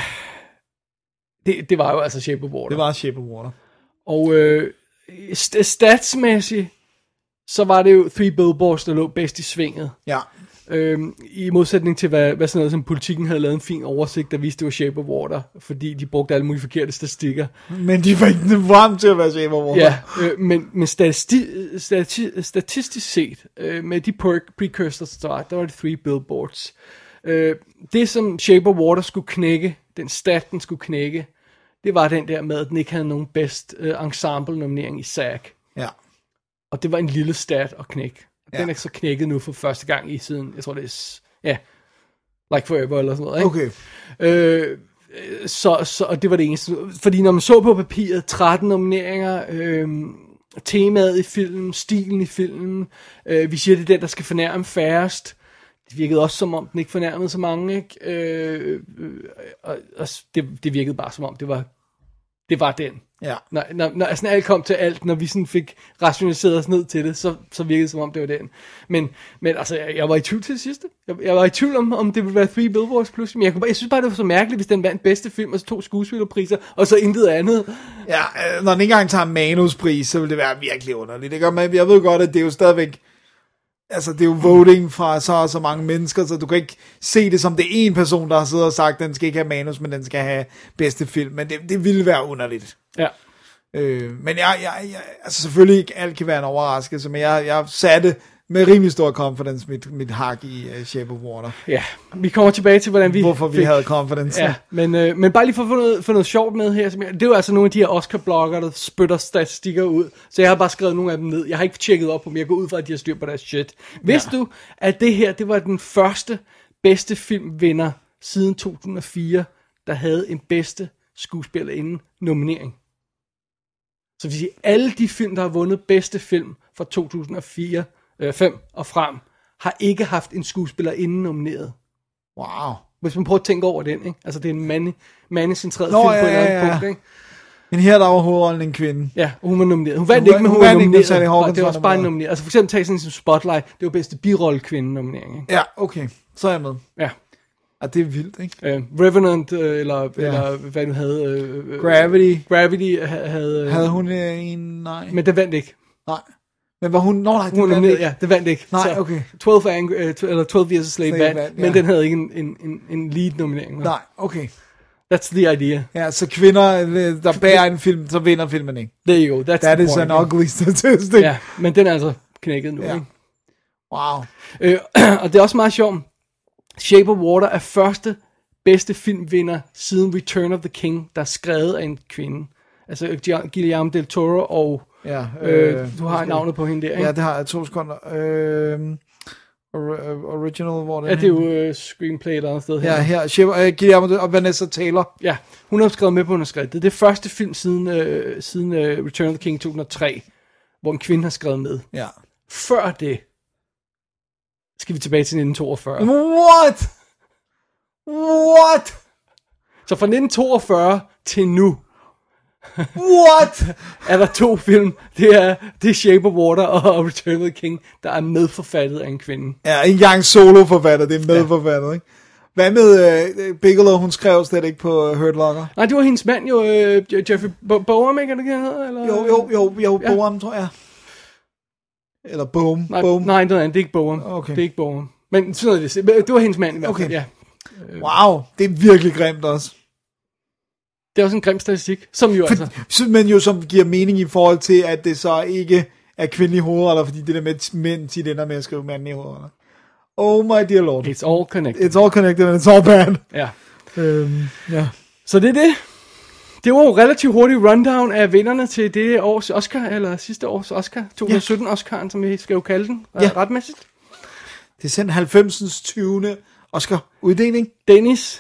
det, det var jo altså Shape of Water. Det var Shape of Water. Og øh, st- statsmæssigt, så var det jo Three Billboards, der lå bedst i svinget. Ja. Øhm, I modsætning til, hvad, hvad sådan noget som Politikken havde lavet en fin oversigt, der viste, det var Shape of Water, fordi de brugte alle mulige forkerte statistikker. Men de var ikke frem til at være Shape of Water. Ja, øh, men, men stati- stati- statistisk set, øh, med de per- precursors, der var, der var det Three Billboards. Øh, det, som Shape of Water skulle knække, den stat, den skulle knække, det var den der med, at den ikke havde nogen bedst øh, ensemble-nominering i S A G. Ja. Og det var en lille stat at knække. Den Ja. er så knækket nu for første gang i siden, jeg tror det er, s- ja, Like Forever eller sådan noget, ikke? Okay. Øh, så, så, og det var det eneste. Fordi når man så på papiret, tretten nomineringer, øh, temaet i filmen, stilen i filmen, øh, vi siger, det er den, der skal fornærme færrest. Det virkede også som om, den ikke fornærmede så mange, ikke? Øh, øh, og, og det, det virkede bare som om, det var, det var den. Ja. Når, når, når altså, alt kom til alt, når vi sådan fik rationaliseret os ned til det, så, så virkede det som om, det var den. Men, men altså, jeg, jeg var i tvivl til det sidste. Jeg, jeg var i tvivl om, om det ville være Three Billboards pludselig. Men jeg, kunne bare, jeg synes bare, det var så mærkeligt, hvis den vandt bedste film, og så to skuespillerpriser, og så intet andet. Ja, øh, når den ikke engang tager manuspris, så vil det være virkelig underligt. Ikke? Men jeg ved godt, at det er jo stadigvæk, altså det er jo voting fra så og så mange mennesker, så du kan ikke se det som det er en person, der har siddet og sagt, at den skal ikke have manus, men den skal have bedste film. Men det, det ville være underligt. Ja. Øh, men jeg, jeg, jeg, altså selvfølgelig ikke alt kan være en overraskelse, men jeg, jeg satte med rimelig stor confidence mit, mit hak i uh, Shape of Water. Ja, vi kommer tilbage til, hvordan vi Hvorfor vi fik, havde confidence. Ja, men, øh, men bare lige for at få noget, få noget sjovt med her. Som jeg, det er jo altså nogle af de her Oscar-blogger, der spytter statistikker ud. Så jeg har bare skrevet nogle af dem ned. Jeg har ikke tjekket op på dem. Jeg går ud fra, at de har styr på deres shit. Vidste ja. du, at det her, det var den første bedste filmvinder siden to tusind og fire, der havde en bedste skuespiller inden nominering? Så vil sige, alle de film, der har vundet bedste film fra to tusind og fire, øh, fem og frem, har ikke haft en skuespiller inden nomineret. Wow. Hvis man prøver at tænke over den, ikke? Altså det er en mande, mandecentreret Nå, film ja, på et eller andet ja, ja. punkt, ikke? Men her der var hovedrollen en kvinde. Ja, og hun var nomineret. Hun vandt Hun ikke, var- men hun, hun var vandt ikke, men nomineret. Sally Hawkins Og det var var også bare en nomineret. nominering. Altså for eksempel tage sådan som Spotlight, det var bedste birolle-kvinde nominering, ikke? Ja, okay. Så er jeg med. Ja. Og det er vildt, ikke? Uh, Revenant, uh, eller, Ja. eller hvad du havde... Uh, Gravity. Gravity ha- havde... Uh, Havde hun øh, en? Nej. Men det vandt ikke. Nej. Men var hun... Nå, nej, det Hun er vandt ned, ikke. ja, det vandt ikke. Nej, Så okay. tolv, Ang- øh, tw- eller tolv Years a Slave, Slave vandt, vandt, men ja. den havde ikke en, en, en, en lead-nominering. Nej, okay. That's the idea. Ja, så kvinder, øh, der bærer en film, så vinder filmen ikke. There you go. That's That the is point. an ugly statistic. Ja, men den er altså knækket nu, Ja. ikke? Wow. Øh, og det er også meget sjovt. Shape of Water er første bedste filmvinder siden Return of the King, der er skrevet af en kvinde. Altså Gi- Guillermo del Toro, og Ja, øh, øh, du har navnet på hende der, ikke? Ja, det har jeg to sekunder. Øh, or- original, hvor det Ja, det er jo øh, screenplay et eller andet sted her. Ja, her. Shep- uh, Guillermo og Vanessa Taylor. Ja, hun har skrevet med på manuskriptet. Det er første film siden, øh, siden øh, Return of the King to tusind og tre, hvor en kvinde har skrevet med. Ja. Før det skal vi tilbage til nitten toogfyrre. What? What? Så fra nitten toogfyrre til nu What? er der to film. Det er, det er Shape of Water og Return of the King, der er medforfattet af en kvinde. Ja, ikke engang solo-forfatter, det er medforfatter, ikke? Hvad med uh, Bigelow, hun skrev slet ikke på uh, Hurt Locker? Nej, det var hendes mand jo, øh, Jeffrey Bo- Boehm, ikke? Er det, han hedder? Eller? Jo, jo, jo, jo, Ja. Boehm, tror jeg. Eller Boehm, Nej, Boehm. nej, det er, det er ikke Boehm. Okay. Det er ikke Boehm. Men sådan noget, det, det var hendes mand i hvert fald, Okay. ja. Wow, det er virkelig grimt også. Det er også en grim statistik, som jo altså... For, men jo som giver mening i forhold til, at det så ikke er kvindelige hovedroller, fordi det der med mænd tit ender med at skrive mandlige hovedroller. Oh my dear lord. It's all connected. It's all connected and it's all bad. Ja. Øhm, ja. Så det er det. Det var jo relativt hurtigt rundown af vinderne til det års Oscar, eller sidste års Oscar, to tusind og sytten Oscar'en, som vi skal jo kalde den, Ja. retmæssigt. Det er sendt halvfemsens tyvende Oscar-uddeling. Dennis,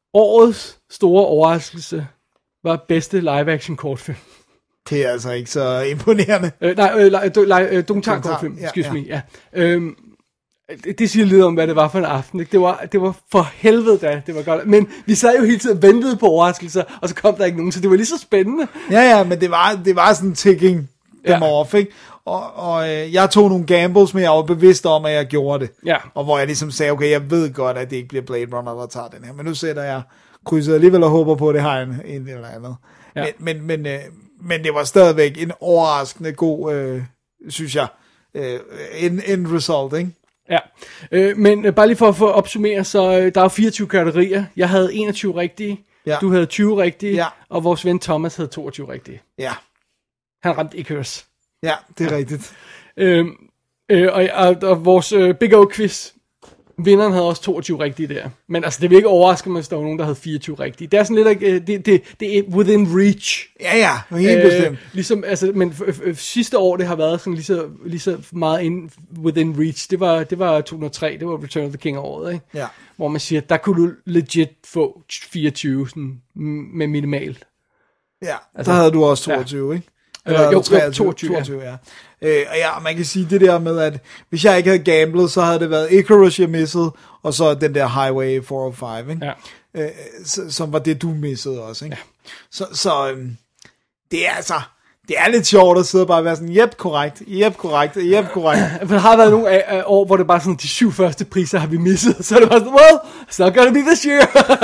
årets store overraskelse var bedste live-action kortfilm. Det er altså ikke så imponerende. Øh, nej, øh, li- do, li- øh, dokumentarkortfilm, Ja, excuse ja. me, ja. Øhm, det, det siger lidt om, hvad det var for en aften. Ikke? Det, var, det var for helvede da, det var godt. Men vi sad jo hele tiden og ventede på overraskelser, og så kom der ikke nogen, så det var lige så spændende. Ja, ja, men det var, det var sådan ticking dem Ja. off, ikke? Og, og øh, jeg tog nogle gambles, men jeg var bevidst om, at jeg gjorde det. Ja. Og hvor jeg ligesom sagde, okay, jeg ved godt, at det ikke bliver Blade Runner, der tager den her. Men nu sætter jeg krydset alligevel og håber på, at det har en, en eller andet. Ja. Men, men, men, øh, men det var stadigvæk en overraskende god, øh, synes jeg, øh, end, end result, ikke? Ja, øh, men øh, bare lige for at få opsummere, så øh, der er jo fireogtyve kategorier. Jeg havde enogtyve rigtige, Ja. du havde tyve rigtige, Ja. og vores ven Thomas havde toogtyve rigtige. Ja, Han ramte Icarus. ja, det er ja. rigtigt. Øh, øh, og, og, og vores øh, Big O-quiz, vinderen havde også toogtyve rigtige der. Men altså, det vil ikke overraske mig, hvis der var nogen, der havde fireogtyve rigtige. Det er sådan lidt, øh, det, det, det er within reach. Ja, ja, helt bestemt. Ligesom, altså, men f- f- sidste år, det har været sådan lige så, lige så meget in, within reach. Det var, det var to tusind og tre, det var Return of the King året, ikke? Ja. Hvor man siger, der kunne du legit få fireogtyve sådan, m- med minimal. Ja, altså, der havde du også toogtyve, ja. Ikke? Eller Øh, jo, jo, treogtyve, toogtyve, ja. toogtyve, ja. Øh, og ja, man kan sige det der med, at hvis jeg ikke havde gamblet, så havde det været Icarus, jeg missede, og så den der Highway fire nul fem, ikke? Ja. Øh, så, som var det, du missede også, ikke? Ja. Så, så øhm, det er altså, det er lidt sjovt at sidde og bare være sådan, jep, korrekt, jep, korrekt, jep, korrekt. For der har været nogle af, af år, hvor det bare sådan, de syv første priser har vi misset, så er det bare sådan, well, it's not gonna be this year.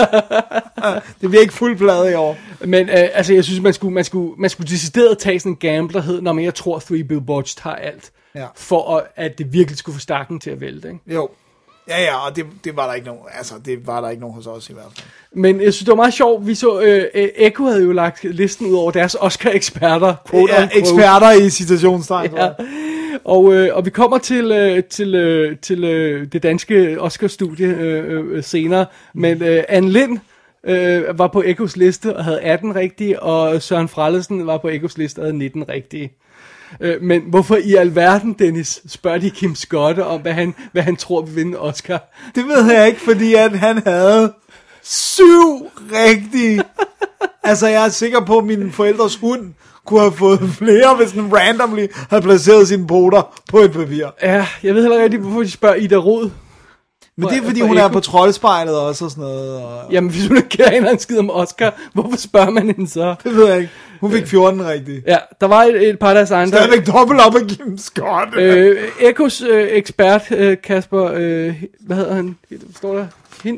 Det bliver ikke fuld plade i år. Men øh, altså, jeg synes, man skulle, man skulle, man skulle decideret tage sådan en gamblerhed, når man, jeg tror, Three Billboards tager alt. Ja. For at, at det virkelig skulle få stakken til at vælte, ikke? Jo. Ja, ja, og det, det var der ikke nogen, altså, det var der ikke nogen hos os i hvert fald. Men jeg synes, det var meget sjovt. Vi så, øh, øh, Echo havde jo lagt listen ud over deres Oscar-eksperter. Quote Ja, unquote. eksperter i citationstegn. Ja. Og, øh, og vi kommer til, øh, til, øh, til øh, det danske Oscar-studie øh, øh, senere. Men øh, Anne Lind øh, var på Echos liste og havde atten rigtige, og Søren Frellesen var på Echos liste og havde nitten rigtige. Øh, men hvorfor i alverden, Dennis, spørger de Kim Skotte om, hvad han, hvad han tror vil vinde Oscar? Det ved jeg ikke, fordi at han havde syv rigtige. Altså, jeg er sikker på, at mine forældres hund kunne have fået flere, hvis den randomly havde placeret sine poter på et papir. Ja, jeg ved heller ikke, hvorfor de spørger Ida Rod. Men det er, fordi For hun er Echo. på Troldspejlet også og sådan noget. Og... Jamen, hvis hun ikke kender en skid om Oscar, hvorfor spørger man hende så? Det ved jeg ikke. Hun fik fjorten rigtige. Ja, der var et, et par af deres andre. Stadigvæk dobbelt op af Kim Scott. Øh, Echos øh, ekspert, øh, Kasper, øh, hvad hedder han? Står der? Hind?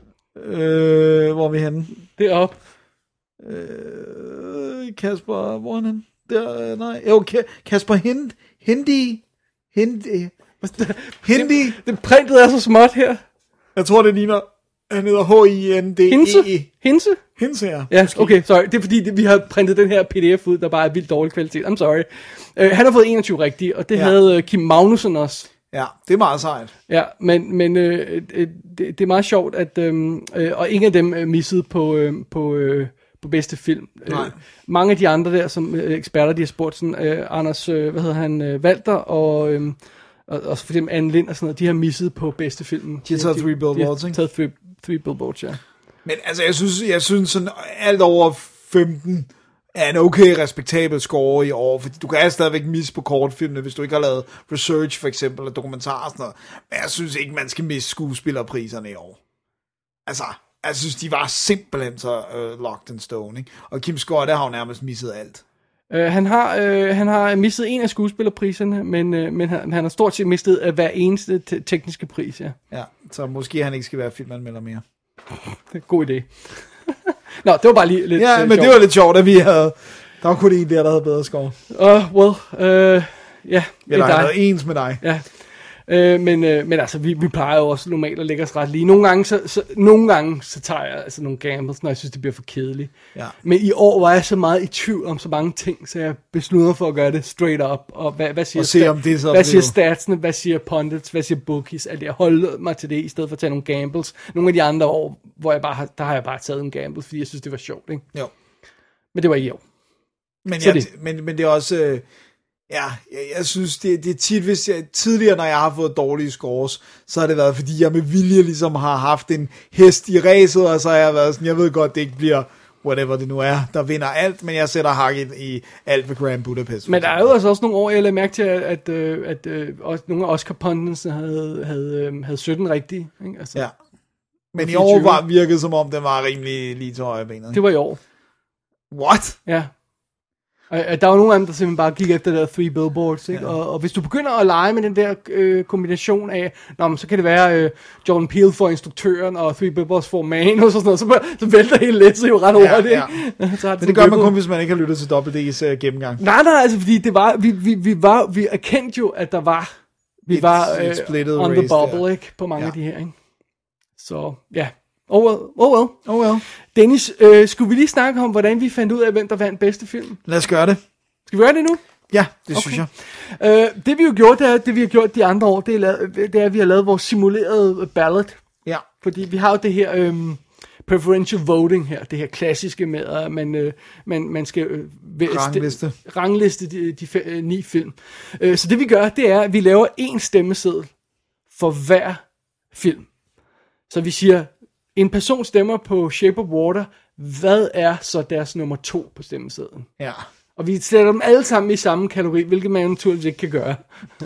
Øh, hvor er vi henne? Deroppe. Øh, Kasper, hvor er han henne? Der, øh, nej, jo, Ka- Kasper Hind, Hindi, Hindi, Hindi. Det printet er så småt her. Jeg tror, det ligner, han hedder H I N D E. Hinse? Hinse? Hinse, ja. Ja, okay, sorry. Det er fordi, det, vi har printet den her P D F ud, der bare er vildt dårlig kvalitet. I'm sorry. Uh, han har fået enogtyve rigtige, og det ja. havde uh, Kim Magnussen også. Ja, det er meget sejt. Ja, men, men øh, det, det er meget sjovt, at øh, øh, og ingen af dem øh, missede på, øh, på, øh, på bedste film. Nej. Øh, mange af de andre der, som øh, eksperter, de har spurgt, sådan, øh, Anders, øh, hvad hedder han, øh, Walter, og, øh, og, og for eksempel Anne Lind og sådan noget, de har misset på bedste film. De har taget Three Billboards, De har taget Three, three Billboards, ja. Men altså, jeg synes, jeg synes sådan alt over femten er en okay respektabel score i år, fordi du kan stadigvæk misse på kortfilmene, hvis du ikke har lavet research for eksempel, eller dokumentarer og sådan noget. Men jeg synes ikke, man skal misse skuespillerpriserne i år. Altså, jeg synes, de var simpelthen så uh, locked in stone, ikke? Og Kim Scott har jo nærmest misset alt. Uh, han, har, uh, han har mistet en af skuespillerpriserne, men, uh, men han, han har stort set mistet uh, hver eneste te- tekniske pris, ja. Ja, så måske han ikke skal være filmanmelder mere. God idé. Nå, det var bare lige lidt Ja, uh, men sjovt. det var lidt sjovt, at vi havde... Der var kun en der, der havde bedre score. Uh, well, uh, ja, Eller det er han dig. havde ens med dig. Ja. Øh, men, øh, men altså, vi, vi plejer jo også normalt at lægge os ret lige. Nogle gange, så, så, nogle gange, så tager jeg altså nogle gambles, når jeg synes, det bliver for kedeligt. Ja. Men i år var jeg så meget i tvivl om så mange ting, så jeg beslutter for at gøre det straight up. Og hvad, hvad siger, Og se, om det så hvad siger blev- statsene, hvad siger pundits, hvad siger bookies, alt det. Jeg holder mig til det, i stedet for at tage nogle gambles. Nogle af de andre år, hvor jeg bare har, der har jeg bare taget en gamble, fordi jeg synes, det var sjovt, ikke? Jo. Men det var ikke i år. Men, Så jeg, det. men, men det er også... Øh, ja, jeg, jeg synes, det, det er tit, hvis jeg, tidligere, når jeg har fået dårlige scores, så har det været, fordi jeg med vilje ligesom har haft en hest i ræset, og så har jeg været sådan, jeg ved godt, det ikke bliver whatever det nu er, der vinder alt, men jeg sætter hakket i alt ved Grand Budapest. Men der er jo altså også nogle år, jeg lagde mærke til, at, at, at, at, at også, nogle af Oscar pundits havde, havde, havde sytten rigtige. Ikke? Altså, Ja. Men i fireogtyve. år var virkede som om, den var rimelig lige til højrebenet. Det var i år. What? Ja. Og, og der var nogle af dem, der simpelthen bare gik efter der Three Billboards, ikke? Ja. Og, og hvis du begynder at lege med den der øh, kombination af, nå, men så kan det være øh, Jordan Peele for instruktøren, og Three Billboards for manus og sådan noget, så, så vælter hele læsset jo ret hurtigt, Ja, ikke? så har Men det gør man kun, hvis man ikke har lyttet til W D's uh, gennemgang. Nej, nej, altså fordi det var, vi, vi, vi var, vi erkendte jo, at der var, vi Et- var et øh, splitted on the race bubble, der. ikke? På mange Ja. af de her, ikke? Så, ja. Oh well, oh well. Oh well. Dennis, øh, skulle vi lige snakke om, hvordan vi fandt ud af, hvem der vandt bedste film? Lad os gøre det. Skal vi gøre det nu? Ja, det Okay. synes jeg. Øh, det vi jo gjort, det er, det vi har gjort de andre år, det er, lavet, det er at vi har lavet vores simulerede ballot. Ja. Fordi vi har jo det her øhm, preferential voting her, det her klassiske med, at man, øh, man, man skal øh, væ- Rangliste. st- rangliste de, de fe- øh, ni film. Øh, så det vi gør, det er, at vi laver en stemmeseddel for hver film. Så vi siger, en person stemmer på Shape of Water, hvad er så deres nummer to på stemmesedlen? Ja. Og vi sætter dem alle sammen i samme kategori, hvilket man naturligvis ikke kan gøre.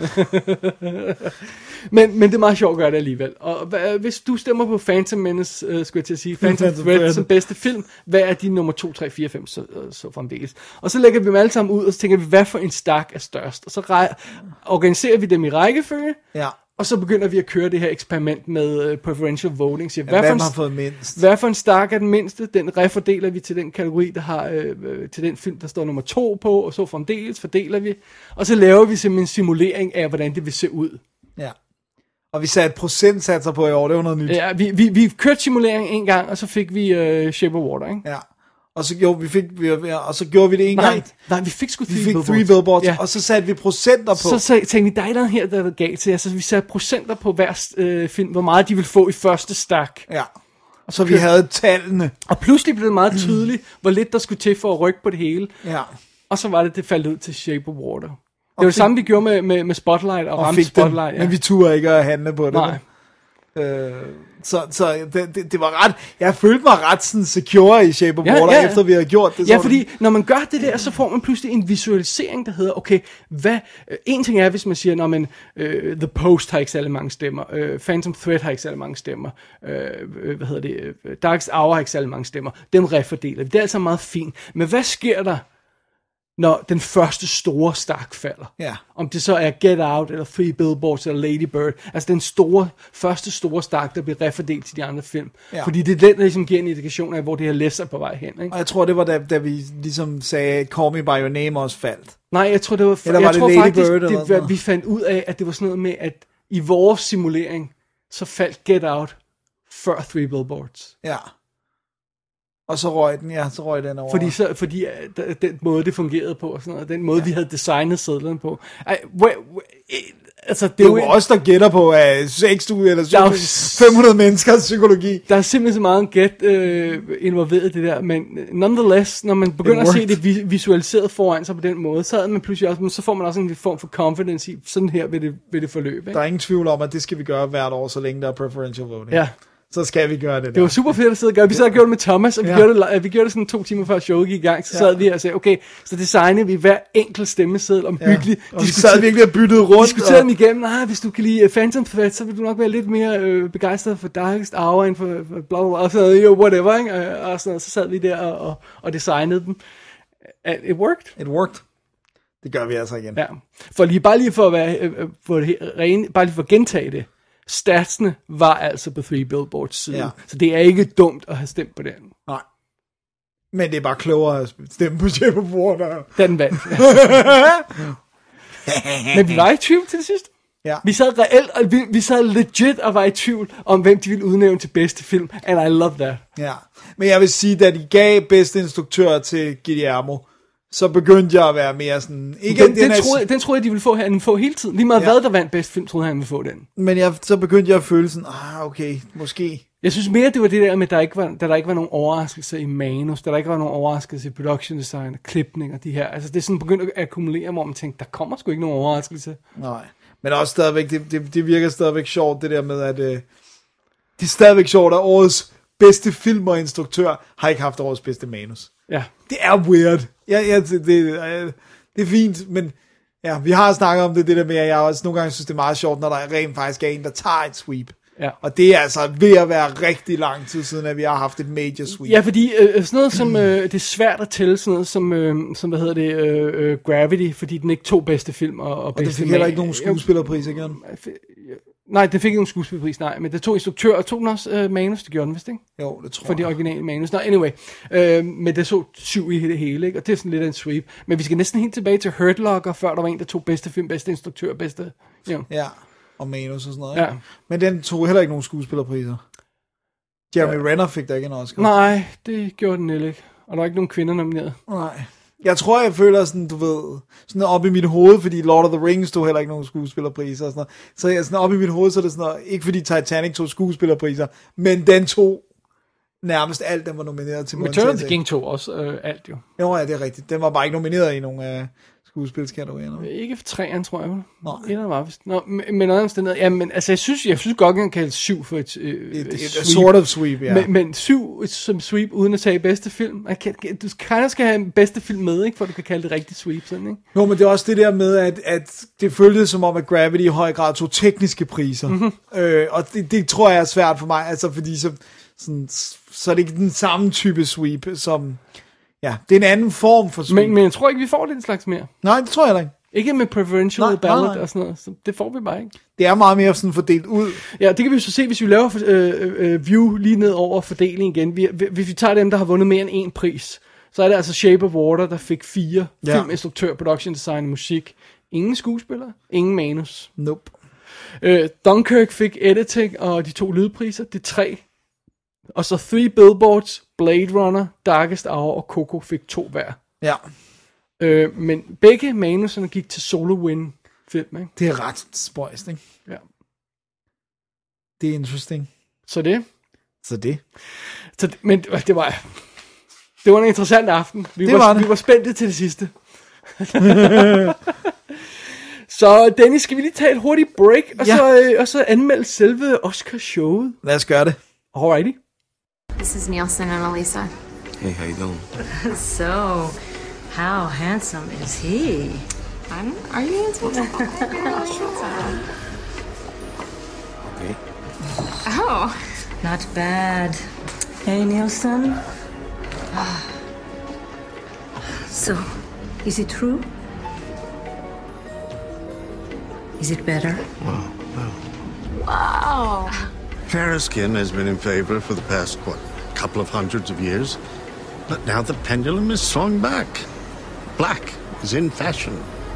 men, men det er meget sjovt at gøre det alligevel. Og hvad, hvis du stemmer på Phantom Menace, øh, skulle jeg til at sige, Phantom Phantom Thread Thread. som bedste film, hvad er din nummer to, tre, fire, fem, så, så fremdeles. Og så lægger vi dem alle sammen ud, og så tænker vi, hvad for en stak er størst? Og så rej- organiserer vi dem i rækkefølge, Ja. og så begynder vi at køre det her eksperiment med uh, preferential voting. Siger, Ja, hvad, hvem for har en, fået mindst? hvad for en stak er den mindste? Den refordeler vi til den kategori, der har øh, øh, til den film, der står nummer to på, og så fremdeles fordeler vi. Og så laver vi simpelthen en simulering af, hvordan det vil se ud. Ja. Og vi satte procentsatser på i år, det var noget nyt. Ja, vi, vi, vi kørte simuleringen en gang, og så fik vi øh, Shape of Water, ikke? Ja. Og så, jo, vi fik, vi, og så gjorde vi det en Nej, gang. nej, vi fik sgu Vi fik three billboards, ja. Og så satte vi procenter på. Så, så tænkte vi, der er et eller andet her, der er galt til. Altså, vi satte procenter på hver øh, film, hvor meget de vil få i første stak. Ja. Og så vi havde tallene. Og pludselig blev det meget tydeligt, hvor lidt der skulle til for at rykke på det hele. Ja. Og så var det, det faldt ud til Shape of Water. Det Og var det fik- samme, vi gjorde med, med, med Spotlight og, og ramte fik Spotlight. den, Ja. men vi turde ikke at handle på det. Nej. Øh, så så det, det, det var ret, jeg følte mig ret sådan secure i Shape of Ja, Water, ja, ja. efter vi havde gjort det. Ja, så fordi når man gør det der, så får man pludselig en visualisering, der hedder, okay, hvad, øh, en ting er, hvis man siger, når man, øh, The Post har ikke særlig mange stemmer, øh, Phantom Thread har ikke særlig mange stemmer, øh, øh, hvad hedder det, øh, Darkest Hour har ikke særlig mange stemmer, dem refordeler vi, det er altså meget fint, men hvad sker der, når den første store stak falder. Ja. Om det så er Get Out, eller Three Billboards, eller Lady Bird. Altså den store, første store stak, der bliver refordelt til de andre film. Ja. Fordi det er den, der ligesom giver en indikation af, hvor det her læs er på vej hen. Ikke? Og jeg tror, det var da, da vi ligesom sagde, Call Me By Your Name også faldt. Nej, jeg tror, det var... Eller var jeg det tror Lady faktisk, Bird, eller det, noget? vi fandt ud af, at det var sådan noget med, at i vores simulering, så faldt Get Out før Three Billboards. Ja. Og så røg den, ja, så røg den over. Fordi, så, fordi uh, den måde, det fungerede på, og sådan noget, den måde, ja. vi havde designet sedlen på. Ej, wait, wait, altså, det, det er jo en, også der gætter på uh, seks tusind eller jo, fem hundrede menneskers psykologi. Der er simpelthen så meget gæt øh, involveret i det der, men nonetheless, når man begynder at se det vi- visualiseret foran sig på den måde, så, man pludselig også, så får man også en form for confidence i, sådan her vil det, vil det forløbe. Ikke? Der er ingen tvivl om, at det skal vi gøre hvert år, så længe der er preferential voting. Ja. Så skal vi gøre det der. Det var super fedt at sidde og gøre. Vi sad og gjorde det med Thomas, og vi, Ja. gjorde, det, li- vi gjorde det sådan to timer før showet gik i gang. Så Ja. sad vi her og sagde, okay, så designede vi hver enkelt stemmeseddel om Ja. hyggeligt. Og vi sad virkelig og byttede rundt. Diskuterede og... dem igennem. Ah, hvis du kan lide uh, Phantom Thread, så vil du nok være lidt mere øh, begejstret for Darkest Hour end for, for bla bla bla. Og sådan noget, jo, whatever, ikke? Og, og sådan noget. Så sad vi der og, og, og designede dem. And it worked. It worked. Det gør vi altså igen. Ja. For lige, bare lige for at være øh, for det rene, bare lige for at gentage det. Statsene var altså på Three Billboards side. Ja. Så det er ikke dumt at have stemt på den. Nej. Men det er bare klogere at stemme på Shape of Water. Den vandt. Men vi var i tvivl til det sidste. Ja. Vi sad reelt, og vi, vi sad legit og var i tvivl om, hvem de ville udnævne til bedste film. And I love that. Ja. Men jeg vil sige, da de gav bedste instruktør til Guillermo, så begyndte jeg at være mere sådan... Ikke Den, den, troede, den troede jeg, de ville få, han ville få hele tiden. Lige meget Ja. hvad der vandt bedste film, troede jeg, han ville få den. Men jeg, så begyndte jeg at føle sådan, ah, okay, måske... Jeg synes mere, det var det der med, at der ikke var, da der ikke var nogen overraskelser i manus, da der ikke var nogen overraskelser i production design, klipning og de her. Altså det er sådan begyndt at akkumulere, hvor man tænkte, der kommer sgu ikke nogen overraskelse. Nej. Men også stadigvæk, det, det, det virker stadigvæk sjovt, det der med, at... Øh, det er stadigvæk sjovt, at årets bedste film og instruktør har ikke haft årets bedste manus. Ja. Det er weird. Ja, ja, det, det, det, det er fint, men ja, vi har snakket om det, det der med, at jeg også nogle gange synes, det er meget sjovt, når der rent faktisk er en, der tager et sweep. Ja. Og det er altså ved at være rigtig lang tid siden, at vi har haft et major sweep. Ja, fordi øh, sådan noget som, øh, det er svært at tælle sådan noget som, øh, som hvad hedder det, øh, øh, Gravity, fordi den ikke tog bedste film og, og og det bedste fik heller man- ikke nogen skuespillerpris igen. Nej, det fik ikke nogen skuespilpris, nej, men det tog instruktør, og tog den også øh, manus, det gjorde den vist, ikke? Jo, det tror For de jeg. originale manus. Nå, anyway, øh, men det så syv i det hele, ikke? Og det er sådan lidt af en sweep. Men vi skal næsten helt tilbage til Hurt Locker, før der var en, der tog bedste film, bedste instruktør, bedste... Ja. Ja, og manus og sådan noget. Ja. Ikke? Men den tog heller ikke nogen skuespillerpriser. Jeremy ja. Renner fik der ikke en Oscar. Nej, det gjorde den heller ikke. Og der var ikke nogen kvinder nomineret. Nej. Jeg tror, jeg føler sådan, du ved, sådan op i mit hoved, fordi Lord of the Rings tog heller ikke nogen skuespillerpriser og sådan noget. Så jeg sådan op i mit hoved, så er det sådan noget, ikke fordi Titanic tog skuespillerpriser, men den tog nærmest alt, den var nomineret til. Return of the King tog også øh, alt jo. Jo, ja, det er rigtigt. Den var bare ikke nomineret i nogen af skuespilskategorierne. Ikke for træerne, tror jeg. Vel? Nej. Et eller var vist. Nå, men, men noget andet, ja, men altså, jeg synes, jeg synes godt, at man kan kalde syv for et, øh, Et, et, et sweep. sort of sweep, ja. Men, men syv som sweep uden at tage bedste film. Jeg kan, du kind of skal have en bedste film med, ikke, for du kan kalde det rigtig sweep, sådan, ikke? Jo, men det er også det der med, at, at det føltes som om, at Gravity i høj grad tog tekniske priser. Mm-hmm. Øh, og det, det tror jeg er svært for mig, altså fordi så, sådan, så er det ikke den samme type sweep, som... Ja, det er en anden form for sweep. Men, men jeg tror ikke, vi får den slags mere. Nej, det tror jeg heller ikke. Ikke med preferential Nej, ballot nej, nej. og sådan noget. Så det får vi bare ikke. Det er meget mere sådan fordelt ud. Ja, det kan vi jo så se, hvis vi laver øh, øh, view lige ned over fordelingen igen. Vi, hvis vi tager dem, der har vundet mere end en pris, så er det altså Shape of Water, der fik fire. Ja. Film, instruktør, production design, musik. Ingen skuespiller, ingen manus. Nope. Øh, Dunkirk fik editing og de to lydpriser, det er tre. Og så Three Billboards, Blade Runner, Darkest Hour og Coco fik to hver. Ja, Øh, men begge manuserne gik til Solo Win film, ikke? det er ret spøjst, ikke? Ja. Det er interesting. Så det. Så det. Så det men det var det var en interessant aften. Vi Det var, var det. vi var spændte til det sidste. Så Dennis, skal vi lige tage et hurtigt break og, Ja. så, øh, og så anmelde selve Oscar-showet? Lad os gøre det. Alrighty. This is Nielsen and Elisa. Hey, how you doing? So, how handsome is he? I'm, are you handsome? Okay. Oh. Not bad. Hey, Nielsen. So, Is it true? Is it better? Wow, wow. Wow. Fairer skin has been in favor for the past, what, couple of hundreds of years? But now the pendulum is swung back. Black is in fashion.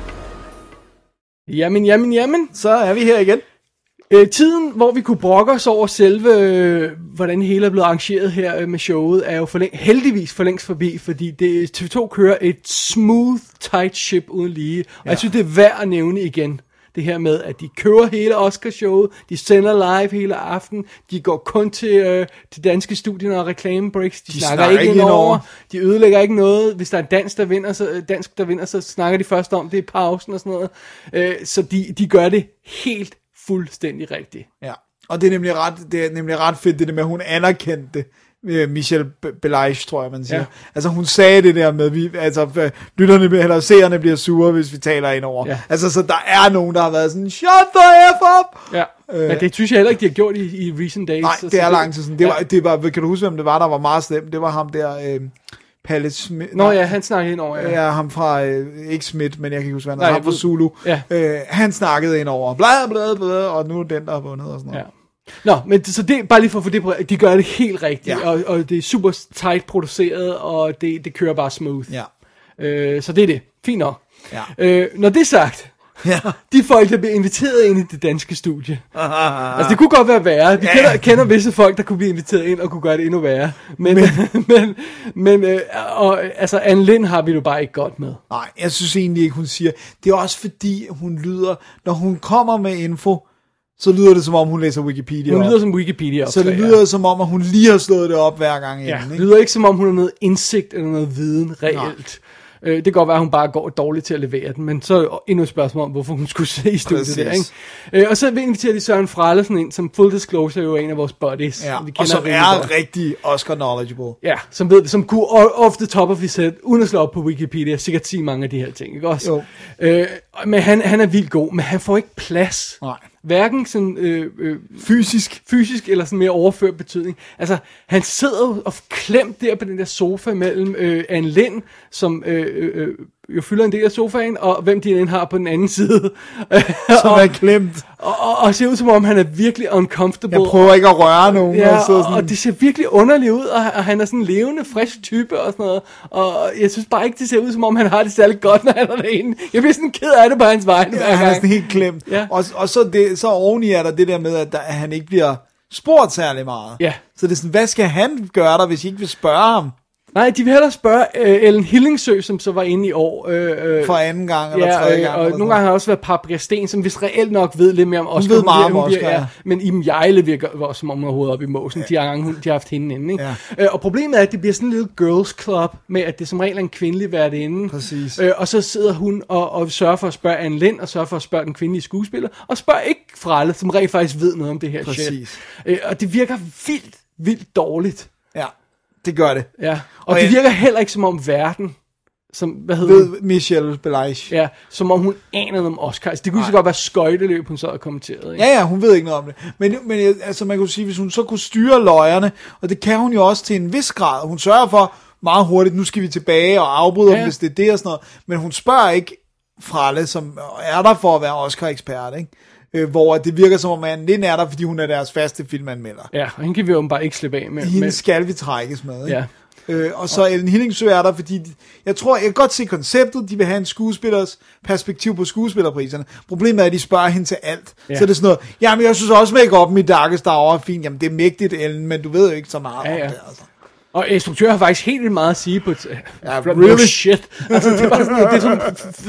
Jamen, jamen, jamen. Så er vi her igen. Øh, tiden, hvor vi kunne brokke os over selve, øh, hvordan det hele er blevet arrangeret her øh, med showet, er jo for læng- heldigvis for længst forbi, fordi det, T V to kører et smooth, tight ship uden lige. Og ja. Jeg synes, det er værd at nævne igen. Det her med, at de kører hele Oscarshowet, de sender live hele aften, de går kun til, øh, til danske studier og reklamebreaks, de, de snakker, snakker ikke ind over, de ødelægger ikke noget. Hvis der er en dansk, der vinder, så, dansk, der vinder, så snakker de først om det i pausen og sådan noget. Øh, så de, de gør det helt fuldstændig rigtigt. Ja, og det er nemlig ret, det er nemlig ret fedt, det der med, at hun anerkendte det. Michelle Beliche, tror jeg, man siger. Ja. Altså, hun sagde det der med, vi, altså, lytterne, eller seerne bliver sure, hvis vi taler ind over. Ja. Altså, så der er nogen, der har været sådan, shut the F up! Ja, øh. Men det synes jeg heller ikke, de har gjort i, i recent days. Nej, så, det er så lang tid siden. Det, ja. var, det var, kan du huske, hvem det var, der var meget slemt? Det var ham der, øh, Palle Smith. Nå ja, han snakkede ind over, ja. Ja, ham fra, øh, ikke Smith, men jeg kan ikke huske, hvad han ham fra Zulu. Ja. Øh, han snakkede ind over, bla bla bla, og nu er den, der har vundet og sådan noget. Ja. Nå, men så det bare lige for at få det, de gør det helt rigtigt, ja. og, og det er super tight produceret, og det, det kører bare smooth. Ja. Øh, så det er det. Fint nok. Ja. Øh, når det er sagt, ja. de folk, der bliver inviteret ind i det danske studie, altså det kunne godt være værre. Vi ja. kender, kender visse folk, der kunne blive inviteret ind og kunne gøre det endnu værre. Men, men, men, men øh, og, altså Anne Lind har vi jo bare ikke godt med. Nej, jeg synes egentlig ikke, hun siger. Det er også fordi, hun lyder, når hun kommer med info, så lyder det som om, hun læser Wikipedia Hun op. lyder som Wikipedia op. Så det lyder som om, at hun lige har slået det op hver gang. Ja, inden, det lyder ikke som om, hun har noget indsigt eller noget viden reelt. Øh, det kan godt være, at hun bare går dårligt til at levere den, men så er endnu et spørgsmål om, hvorfor hun skulle se i studiet der, ikke? Øh, og så inviterer de Søren Frellesen ind, som full disclosure er jo en af vores buddies. Ja, vi og som er godt. Rigtig Oscar knowledgeable. Ja, som ved det, som kunne off the top of his head, uden at slå op på Wikipedia, sikkert sige mange af de her ting, ikke også? Jo. Øh, men han, han er vildt god, men han får ikke plads. Nej. Hverken sådan øh, øh, fysisk fysisk eller sådan mere overført betydning. Altså, han sidder og klemt der på den der sofa mellem øh, Anne Lind, som øh, øh, jo fylder en del af sofaen, og hvem de end har på den anden side. Som er klemt. Og, og, og ser ud som om, han er virkelig uncomfortable. Jeg prøver ikke at røre nogen. Ja, og, sådan. og det ser virkelig underligt ud, og, og han er sådan en levende, frisk type og sådan noget. Og jeg synes bare ikke, det ser ud som om, han har det særlig godt, når han er derinde. Jeg bliver sådan ked af det på hans vegne. Ja, han er sådan helt klemt. Ja. Og, og så, det, så oveni er der det der med, at, der, at han ikke bliver spurgt særlig meget. Ja. Så det er sådan, hvad skal han gøre der, hvis I ikke vil spørge ham? Nej, de vil hellere spørge uh, Ellen Hillingsø, som så var inde i år. Uh, uh, For anden gang eller ja, tredje gang. Og, og nogle gange har også været Paprika Sten, som hvis reelt nok ved lidt mere om Oscar. Hun ved meget om Oscar, ja. Men Iben Hjejle virker også, som om hun har hovedet op i måsen. Ja. De har gange, de har haft hende inde, ikke? Ja. Uh, og problemet er, at det bliver sådan en lille girls club, med at det som regel er en kvindelig værtinde. Præcis. Uh, og så sidder hun og, og sørger for at spørge Anne Lind, og sørger for at spørge den kvindelige skuespiller, og spørger ikke Frelle, som rent faktisk ved noget om det her Præcis. shit. Uh, og det virker vildt, vildt dårligt. Ja. Det gør det. Ja, og, og det virker heller ikke som om verden, som, hvad hedder ved Michelle Beliche. Ja, som om hun anede om Oscar. Altså, det kunne så godt være skøjteløb, hun så havde kommenteret. Ikke? Ja, ja, hun ved ikke noget om det. Men, men altså, man kunne sige, hvis hun så kunne styre løjerne, og det kan hun jo også til en vis grad. Hun sørger for meget hurtigt, nu skal vi tilbage og afbryde ja. dem, hvis det er det og sådan noget. Men hun spørger ikke Frelle, som er der for at være Oscar-ekspert, ikke? Øh, hvor det virker som om, at Anne Lind er der, fordi hun er deres faste filmanmelder. Ja, og hende kan vi jo bare ikke slippe af med. Hende med... skal vi trækkes med, ikke? Ja. Øh, og så Ellen Hillingsø er der, fordi de, jeg tror, jeg kan godt se konceptet, de vil have en skuespillers perspektiv på skuespillerpriserne. Problemet er, at de spørger hende til alt. Ja. Så det er sådan noget, jamen jeg synes også, make-up'en i Darkest Hour er fint, jamen det er mægtigt, Ellen, men du ved jo ikke så meget ja, ja. om det, altså. Og instruktør har faktisk helt vildt meget at sige på et... Ja, really? Shit. Altså, det var sådan, det er sådan...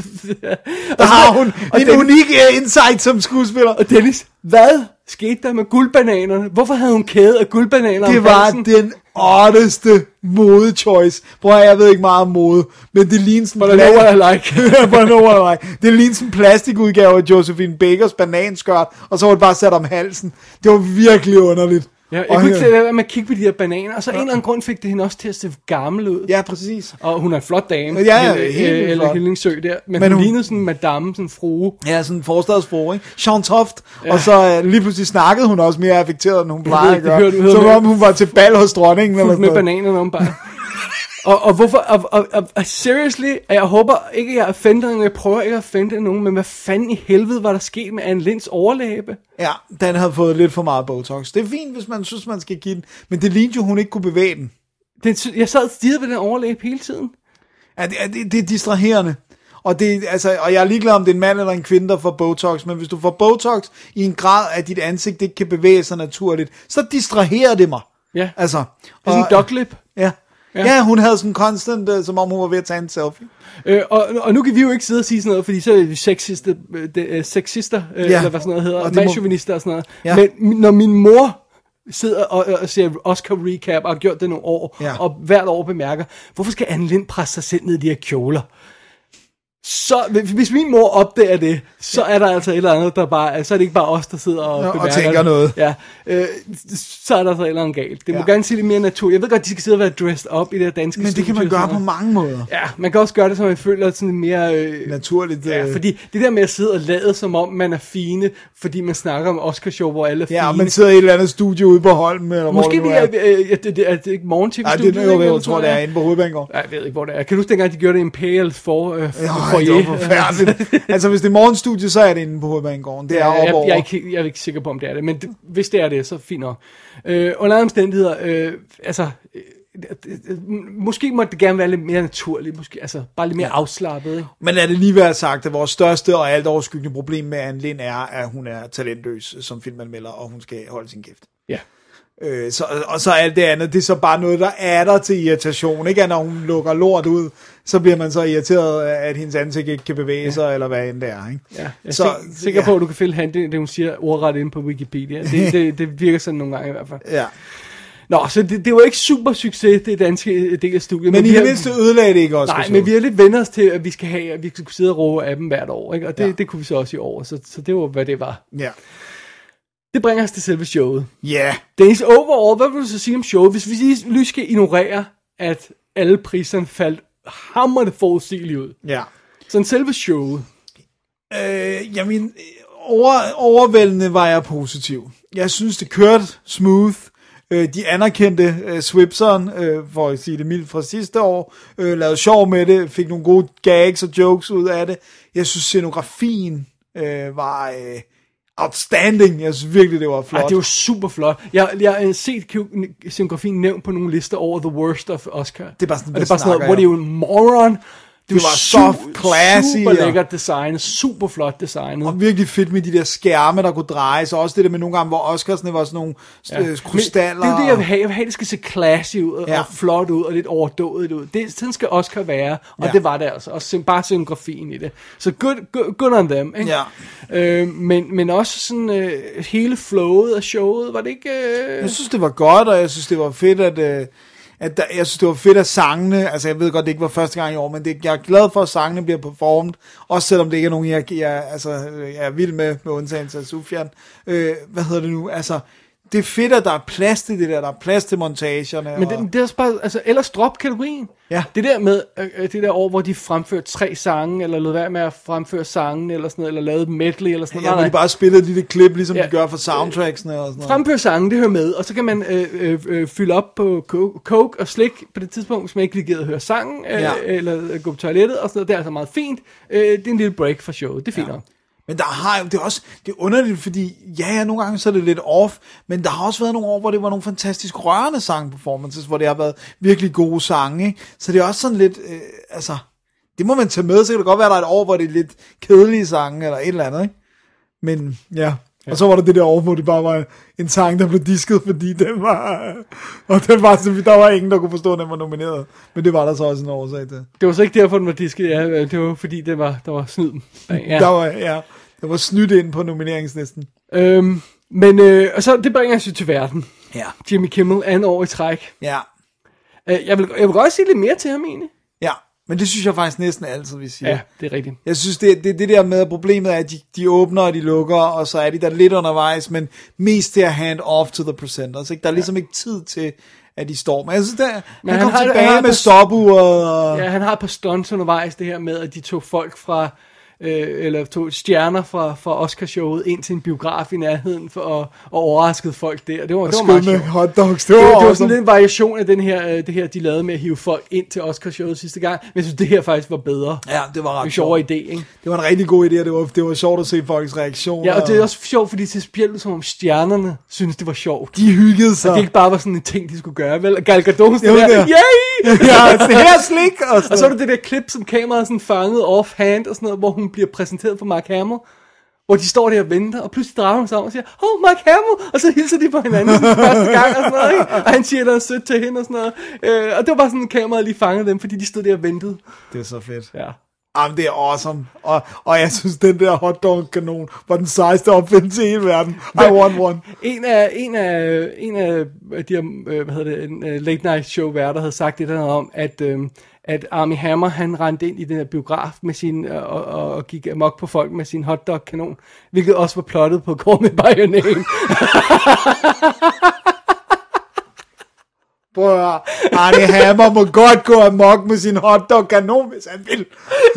Der har hun en Dennis, unik insight som skuespiller. Og Dennis, hvad skete der med guldbananerne? Hvorfor havde hun kæde af guldbananer? Det var den oddeste mode-choice. Prøv at jeg ved ikke meget om mode, men det ligner sådan... But I know what I like. But I know what I like. Det ligner sådan en plastikudgave af Josephine Bakers bananskørt, og så var det bare sat om halsen. Det var virkelig underligt. Ja, jeg kunne ikke se det med at kigge på de her bananer, og så ja. en eller anden grund fik det hende også til at se gammel ud. Ja, præcis. Og hun er en flot dame, ja, ja, helt, helt eller flot. Hillingsø der, men, men hun, hun lignede sådan en madame, sådan en frue. Ja, sådan en forstadsfrue, ikke? Jean Toft, ja. Og så uh, lige pludselig snakkede hun også mere affekteret, end hun plejer at gøre. Som om hun var til bal hos dronningen. Fuldt med bananerne om bare. Og, og hvorfor, og, og, og, og seriously, jeg håber ikke, at jeg offender nogen, jeg prøver ikke at offende nogen, men hvad fanden i helvede var der sket med Anne Linds overlæbe? Ja, den havde fået lidt for meget Botox. Det er fint, hvis man synes, man skal give den, men det lignede jo, hun ikke kunne bevæge den. Det, jeg sad og stirrede ved den overlæbe hele tiden. Ja, det, det, det er distraherende. Og, det, altså, og jeg er ligeglad, om det er en mand eller en kvinde, der får Botox, men hvis du får Botox i en grad, at dit ansigt ikke kan bevæge sig naturligt, så distraherer det mig. Ja, altså, det er sådan en ducklip. Ja. Ja. ja, hun havde sådan konstant, uh, som om hun var ved at tage en selfie. Øh, og, og nu kan vi jo ikke sidde og sige sådan noget, fordi så er vi sexister, uh, sexister uh, ja. eller hvad sådan noget hedder, mandschauvinister og sådan noget. Ja. Men når min mor sidder og, og ser Oscar recap og har gjort det nogle år, ja. og hvert år bemærker, hvorfor skal Anne Lind presse sig selv ned i de her kjoler? Så hvis min mor opdager det, så er der altså et eller andet, der bare, så er det ikke bare os, der sidder og ja, bemærker og tænker det. noget. Ja, øh, så er der altså et eller andet galt. Det må ja. gerne se lidt mere natur. Jeg ved godt, de skal sidde og være dressed up i det her danske men det kan man gøre på mange måder. Ja, man kan også gøre det, så man føler sådan mere øh, naturligt. Ja, øh... fordi det der med at sidde og lade, som om man er fine, fordi man snakker om Oscar show, hvor alle er fine. Ja, og man sidder i et eller andet studie ude på Holmen, eller måske hvor det er. Måske det er, er det ikke morgen-tv-studiet? Nej, det er noget, jeg tror, det er inde på Hovedbanegård. Jeg ved ikke, hvor det er. Kan du huske dengang, de gjorde det Imperial for, øh, for, ja, for det var forfærdeligt. Altså, hvis det er morgenstudie, så er det inde på Hovedbanegården. Det er ja, op jeg, over. Jeg er, ikke, jeg er ikke sikker på, om det er det, men det, hvis det er det, så fint nok. Øh, under omstændigheder, øh, altså, øh, måske må det gerne være lidt mere naturligt, måske, altså, bare lidt mere ja. afslappet. Ikke? Men lad det lige være sagt, at vores største og alt overskyggende problem med Anne Lind er, at hun er talentløs som filmanmelder, og hun skal holde sin kæft. Ja. Øh, så, og så alt det andet, det er så bare noget, der er der til irritation, ikke? At når hun lukker lort ud, så bliver man så irriteret, at hendes ansigt ikke kan bevæge sig, ja. eller hvad end det er, ikke? Ja, jeg er så, sik- sikker ja. på, at du kan finde han, det, det hun siger ordret inde på Wikipedia. Det, det, det virker sådan nogle gange i hvert fald. Ja. Nå, så det, det var ikke super succes, det danske del af studiet. Men, men i det mindste ødelagde det ikke også. Nej, men vi har lidt vendt os til, at vi skal have, at vi skal sidde og råbe af dem hvert år, ikke? Og det, ja. det kunne vi så også i år, så, så det var, hvad det var. Ja. Det bringer os til selve showet. Ja. Yeah. Dennis, overall, hvad vil du så sige om showet, hvis vi lige skal ignorere, at alle priserne faldt hamrende forudsigeligt ud? Ja. Sådan selve showet. Øh, jamen, over, overvældende var jeg positiv. Jeg synes, det kørte smooth. Øh, de anerkendte øh, Swipseren, øh, for at sige det mildt, fra sidste år, øh, lavede sjov med det, fik nogle gode gags og jokes ud af det. Jeg synes, scenografien øh, var... Øh, outstanding. Jeg synes virkelig, det var flot. Ej, det var super flot. Jeg, jeg har set scenografien nævnt på nogle lister over the worst of Oscar. Det er bare sådan, og det er bare sådan noget, hvor det er jo en moron. Det, det var soft, classy. Super lækkert design, super flot designet. Og virkelig fedt med de der skærme, der kunne drejes. Og også det der med nogle gange, hvor Oscarsne var sådan nogle ja. krystaller. Men det er jo det, jeg vil have. Jeg vil have, at det skal se classy ud, og, ja. og flot ud, og lidt overdådet ud. Det, sådan skal Oscar være, og ja. det var det altså. Og bare scenografien i det. Så good, good, good on them. Ikke? Ja. Øh, men, men også sådan øh, hele flowet af showet, var det ikke... Øh... Jeg synes, det var godt, og jeg synes, det var fedt, at... Øh, at der, jeg synes, det var fedt, at sangene, altså jeg ved godt, det ikke var første gang i år, men det, jeg er glad for, at sangene bliver performet, også selvom det ikke er nogen, jeg, jeg, altså, jeg er vild med, med undtagelse af Sufjan. Øh, hvad hedder det nu? Altså, det er fedt, at der er plads til det der, der er plads til montagerne. Men det, og... det er også bare, altså, ellers drop kategorien. Ja. Det der med, øh, det der år, hvor de fremførte tre sange, eller lod være med at fremføre sangen, eller sådan noget, eller lavede medley, eller sådan noget. Ja, hvor de bare spillede et lille klip, ligesom ja. de gør for soundtracksene og sådan noget. Fremføre sangen, det hører med, og så kan man øh, øh, øh, fylde op på coke og slik på det tidspunkt, hvis man ikke lige gider at høre sangen, øh, ja. eller gå på toilettet og sådan noget. Det er altså meget fint. Øh, det er en lille break fra showet, det er fint ja. nok. Men der har det er også, det er underligt, fordi ja, ja, nogle gange så er det lidt off, men der har også været nogle år, hvor det var nogle fantastisk rørende sang-performances, hvor det har været virkelig gode sange, ikke? Så det er også sådan lidt, øh, altså, det må man tage med, så kan det godt være, der er et år, hvor det er lidt kedelige sange, eller et eller andet, ikke? Men ja, ja. Og så var der det der år, hvor det bare var en sang, der blev disket, fordi den var, og den var, der var ingen, der kunne forstå, at den var nomineret, men det var der så også en årsag til. Det var så ikke derfor, den var disket, ja, det var fordi, det var, der var snyden. Ja. Der var, ja, der var snydt ind på nomineringslisten. Øhm, men, øh, og så, det bringer os jo til verden. Ja. Jimmy Kimmel, anden år i træk. Ja. Øh, jeg, vil, jeg vil godt sige lidt mere til ham egentlig. Ja, men det synes jeg faktisk næsten altid, vi siger. Ja, det er rigtigt. Jeg synes, det, det, det der med, problemet er, at de, de åbner og de lukker, og så er de der lidt undervejs, men mest til at hand off to the presenters. Ikke? Der er ligesom ja. ikke tid til, at de står. Men jeg synes, der, men han, han kom tilbage med stopuret. Og... Ja, han har et par stunts undervejs, det her med, at de tog folk fra... øh, eller tog stjerner fra, fra Oscarshowet ind til en biograf i nærheden for at, og overraskede folk der. Det var, Og det var meget skød med sjovt. hotdogs. Det Det var, var, det var awesome. sådan lidt en variation af den her, det her, de lavede med at hive folk ind til Oscarshowet sidste gang. Men jeg synes, det her faktisk var bedre. Ja, det var ret en sjovere sjovt. idé, ikke? Det var en rigtig god idé, og det var, det var sjovt at se folks reaktioner. Ja, og det er også sjovt, fordi det ser specielt ud, som om stjernerne synes, det var sjovt. De hyggede sig. Og det ikke bare var sådan en ting, de skulle gøre, vel? Og Gal Gadot stod Jo, der, der. yay! Ja, altså, her er slik! Og, Og så er det det der klip, som kameraet sådan fangede offhand og sådan noget, hvor hun bliver præsenteret for Mark Hamill. Hvor de står der og venter, og pludselig drejer hun sig om og siger, oh, Mark Hamill! Og så hilser de på hinanden sådan første gang og sådan noget, ikke? Og han siger noget sødt til hende og sådan noget. Øh, og det var bare sådan, at kameraet lige fangede dem, fordi de stod der og ventede. Det er så fedt. Ja. Jamen, det er awesome. Og, og jeg synes, den der hotdog-kanon var den sejeste opfindelse i hele verden. I want one. En af, en af, en af de her, øh, hvad hedder det, en uh, late night show værter havde sagt det der om, at, øh, at Armie Hammer, han rendte ind i den her biograf med sin, øh, og, og, og gik amok på folk med sin hotdog-kanon, hvilket også var plottet på Call Me By Your Name. Prøv at høre. Arnie Hammer må godt gå amok med sin hotdog-kanon, hvis han vil.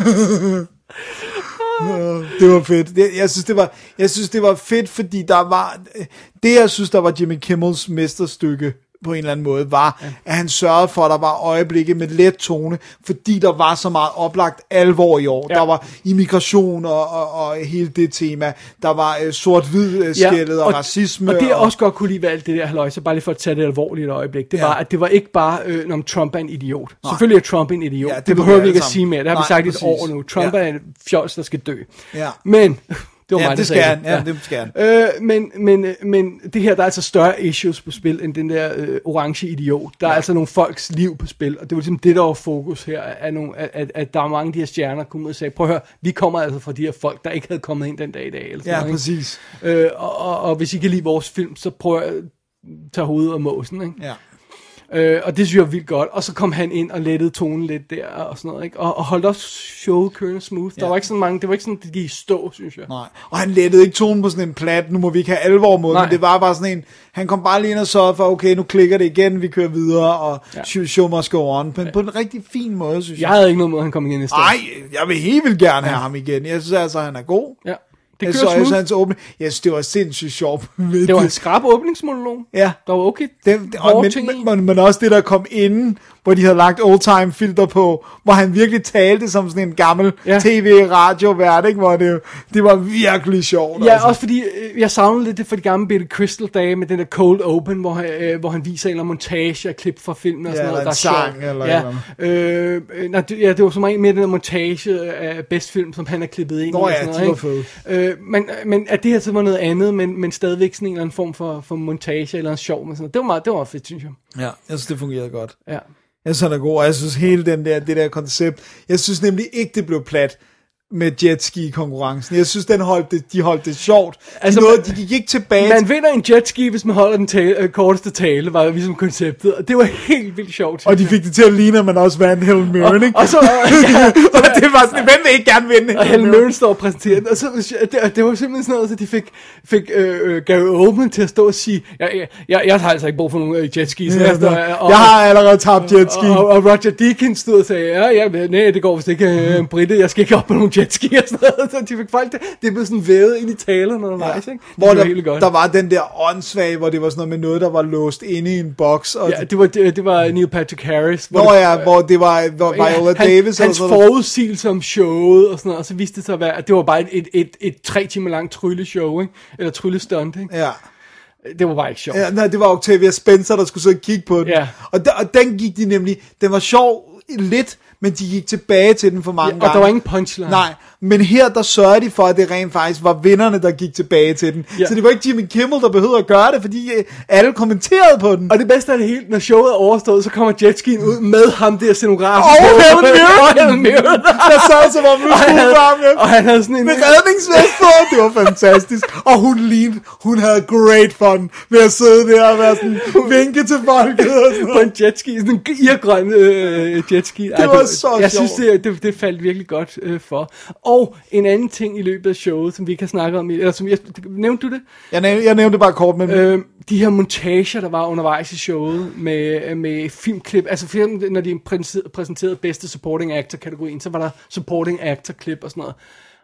Det var fedt. Det, jeg, synes, det var, jeg synes, det var fedt, fordi der var... Det, jeg synes, der var Jimmy Kimmels mesterstykke på en eller anden måde, var, ja. at han sørgede for, at der var øjeblikke med let tone, fordi der var så meget oplagt alvor i år. Ja. Der var immigration og, og, og hele det tema. Der var uh, sort-hvid uh, skældet ja, og, og racisme. Og det, jeg og, også godt kunne lide ved alt det der halløj, så bare lige for at tage det alvorligt et øjeblik, det ja. var, at det var ikke bare, øh, om Trump er en idiot. Nej. Selvfølgelig er Trump en idiot. Ja, det, det behøver vi ikke at sige mere. Det har Nej, vi sagt i et år nu. Trump ja. er en fjols, der skal dø. Ja. Men... Det var ja, mig, det skal han. Ja, ja, det skal han. Øh, men, men, men det her, der er altså større issues på spil, end den der øh, orange idiot. Der er ja. altså nogle folks liv på spil, og det var ligesom det, der var fokus her, at, nogle, at, at, at der er mange af de her stjerner, der kom ud og sagde, prøv at høre, vi kommer altså fra de her folk, der ikke havde kommet ind den dag i dag. Eller sådan ja, noget, præcis. Øh, og, og, og hvis I kan lide vores film, så prøv at tage hovedet og måsen, ikke? Ja. Øh, og det synes jeg var vildt godt. Og så kom han ind og lettede tonen lidt der og sådan noget, ikke? Og, og holdt også showet kørende smooth. Ja. Der var ikke sådan mange, det var ikke sådan, det gik i stå, synes jeg. Nej, og han lettede ikke tonen på sådan en plat, nu må vi ikke have alvor mod, men det var bare sådan en, han kom bare lige ind og sørgede for, okay, nu klikker det igen, vi kører videre, og ja. show must go on, men ja. på en rigtig fin måde, synes jeg. Jeg havde ikke noget mod, at han kom igen i stedet. Nej, jeg vil helt vildt gerne have ja. ham igen. Jeg synes altså, han er god. Ja. Det jeg kører så, hans åbning. Jeg synes, det var sindssygt sjovt. Det var en skrab åbningsmonolog. Ja. Der var okay. Det, det, og, men, men, men, men også det, der kom inden, hvor de havde lagt old-time filter på, hvor han virkelig talte som sådan en gammel ja. tv-radio-vært, ikke? Hvor det, det var virkelig sjovt. Ja, altså. også fordi, jeg savnede lidt det for de gamle Billy Crystal-dage, med den der cold open, hvor han, øh, hvor han viser en eller anden montage af klip fra filmen og ja, sådan noget, der er sang, sjovt. Eller ja, øh, nej, det, ja, det var som regel med den der montage af bedst film, som han har klippet ind. Nå i. ja, og sådan noget, det var fedt. øh, men, men at det her så var noget andet, men, men stadigvæk sådan en eller anden form for, for montage eller en sjov med sådan noget. Det var meget, det var fedt, synes jeg. Ja, jeg synes, det fungerede godt. Ja. Jeg synes, han er god, og jeg synes hele den der, det der koncept, jeg synes nemlig ikke, det blev plat med jetski-konkurrencen. Jeg synes, den holdt det, de holdt det sjovt. Altså, de, nåede, de gik ikke tilbage. Man vinder en jetski, hvis man holder den tale, øh, korteste tale, var ligesom konceptet, og det var helt vildt sjovt. Og de fik det til at ligne, at man også vandt Helen Mirren, ikke? Og, og så, ja, og det var sådan, hvem vil ikke gerne vinde? Og Helen Mirren står og præsenterer den, og så, det, det var simpelthen sådan noget, så de fik, fik øh, Gary Oldman til at stå og sige, jeg, jeg, jeg, jeg har altså ikke brug for nogle jetskis. Ja, jeg, og, jeg har allerede tabt jetski. Og, og, og Roger Deakins stod og sagde, ja, ja, nej, det går vist ikke, øh, Britte, jeg skal ikke op på nogle jetski og sådan noget. Så de fik folk det, det blev sådan vævet ind i talerne undervejs, ja. Ikke? Det hvor var der, helt godt. der var den der åndssvage, hvor det var sådan noget med noget, der var låst inde i en boks. Og ja, det var, det, det var Neil Patrick Harris. Hvor Nå det, ja, hvor det var hvor ja, Viola han, Davis. Hans forudsigelse om showet og sådan noget, og så viste det sig at være, at det var bare et, et, et, et tre timer langt trylleshow, ikke? Eller tryllestunt, ikke? Ja. Det var bare ikke sjovt. Ja, nej, det var Octavia Spencer, der skulle sidde og kigge på den. Ja. Og, der, og den gik de nemlig, den var sjov lidt, men de gik tilbage til den for mange ja, og gange. Og der var ingen punchline. Nej, men her der sørgede de for, at det rent faktisk var vinderne, der gik tilbage til den. Ja. Så det var ikke Jimmy Kimmel, der behøvede at gøre det, fordi alle kommenterede på den. Og det bedste af det hele, når showet er overstået, så kommer jetskien ud med ham der scenografen. Og Helen Mirren! Og Helen Mirren! Der sad som om, nu skulle frem. Og han havde sådan en... med redningsvest på, det var fantastisk. Og hun lignede, hun havde great fun ved at sidde der og være sådan, vinke til folket og sådan. På en jetski, sådan en irgrøn øh, jetski. Det var så sjovt. Jeg synes, det, det, det faldt virkelig godt øh, for. Og en anden ting i løbet af showet, som vi kan snakke om, eller som jeg, nævnte du det? Jeg nævnte, jeg nævnte bare kort, men... Øh, de her montager, der var undervejs i showet, med, med filmklip, altså for eksempel, når de præsenterede bedste supporting actor-kategorien, så var der supporting actor-klip og sådan noget.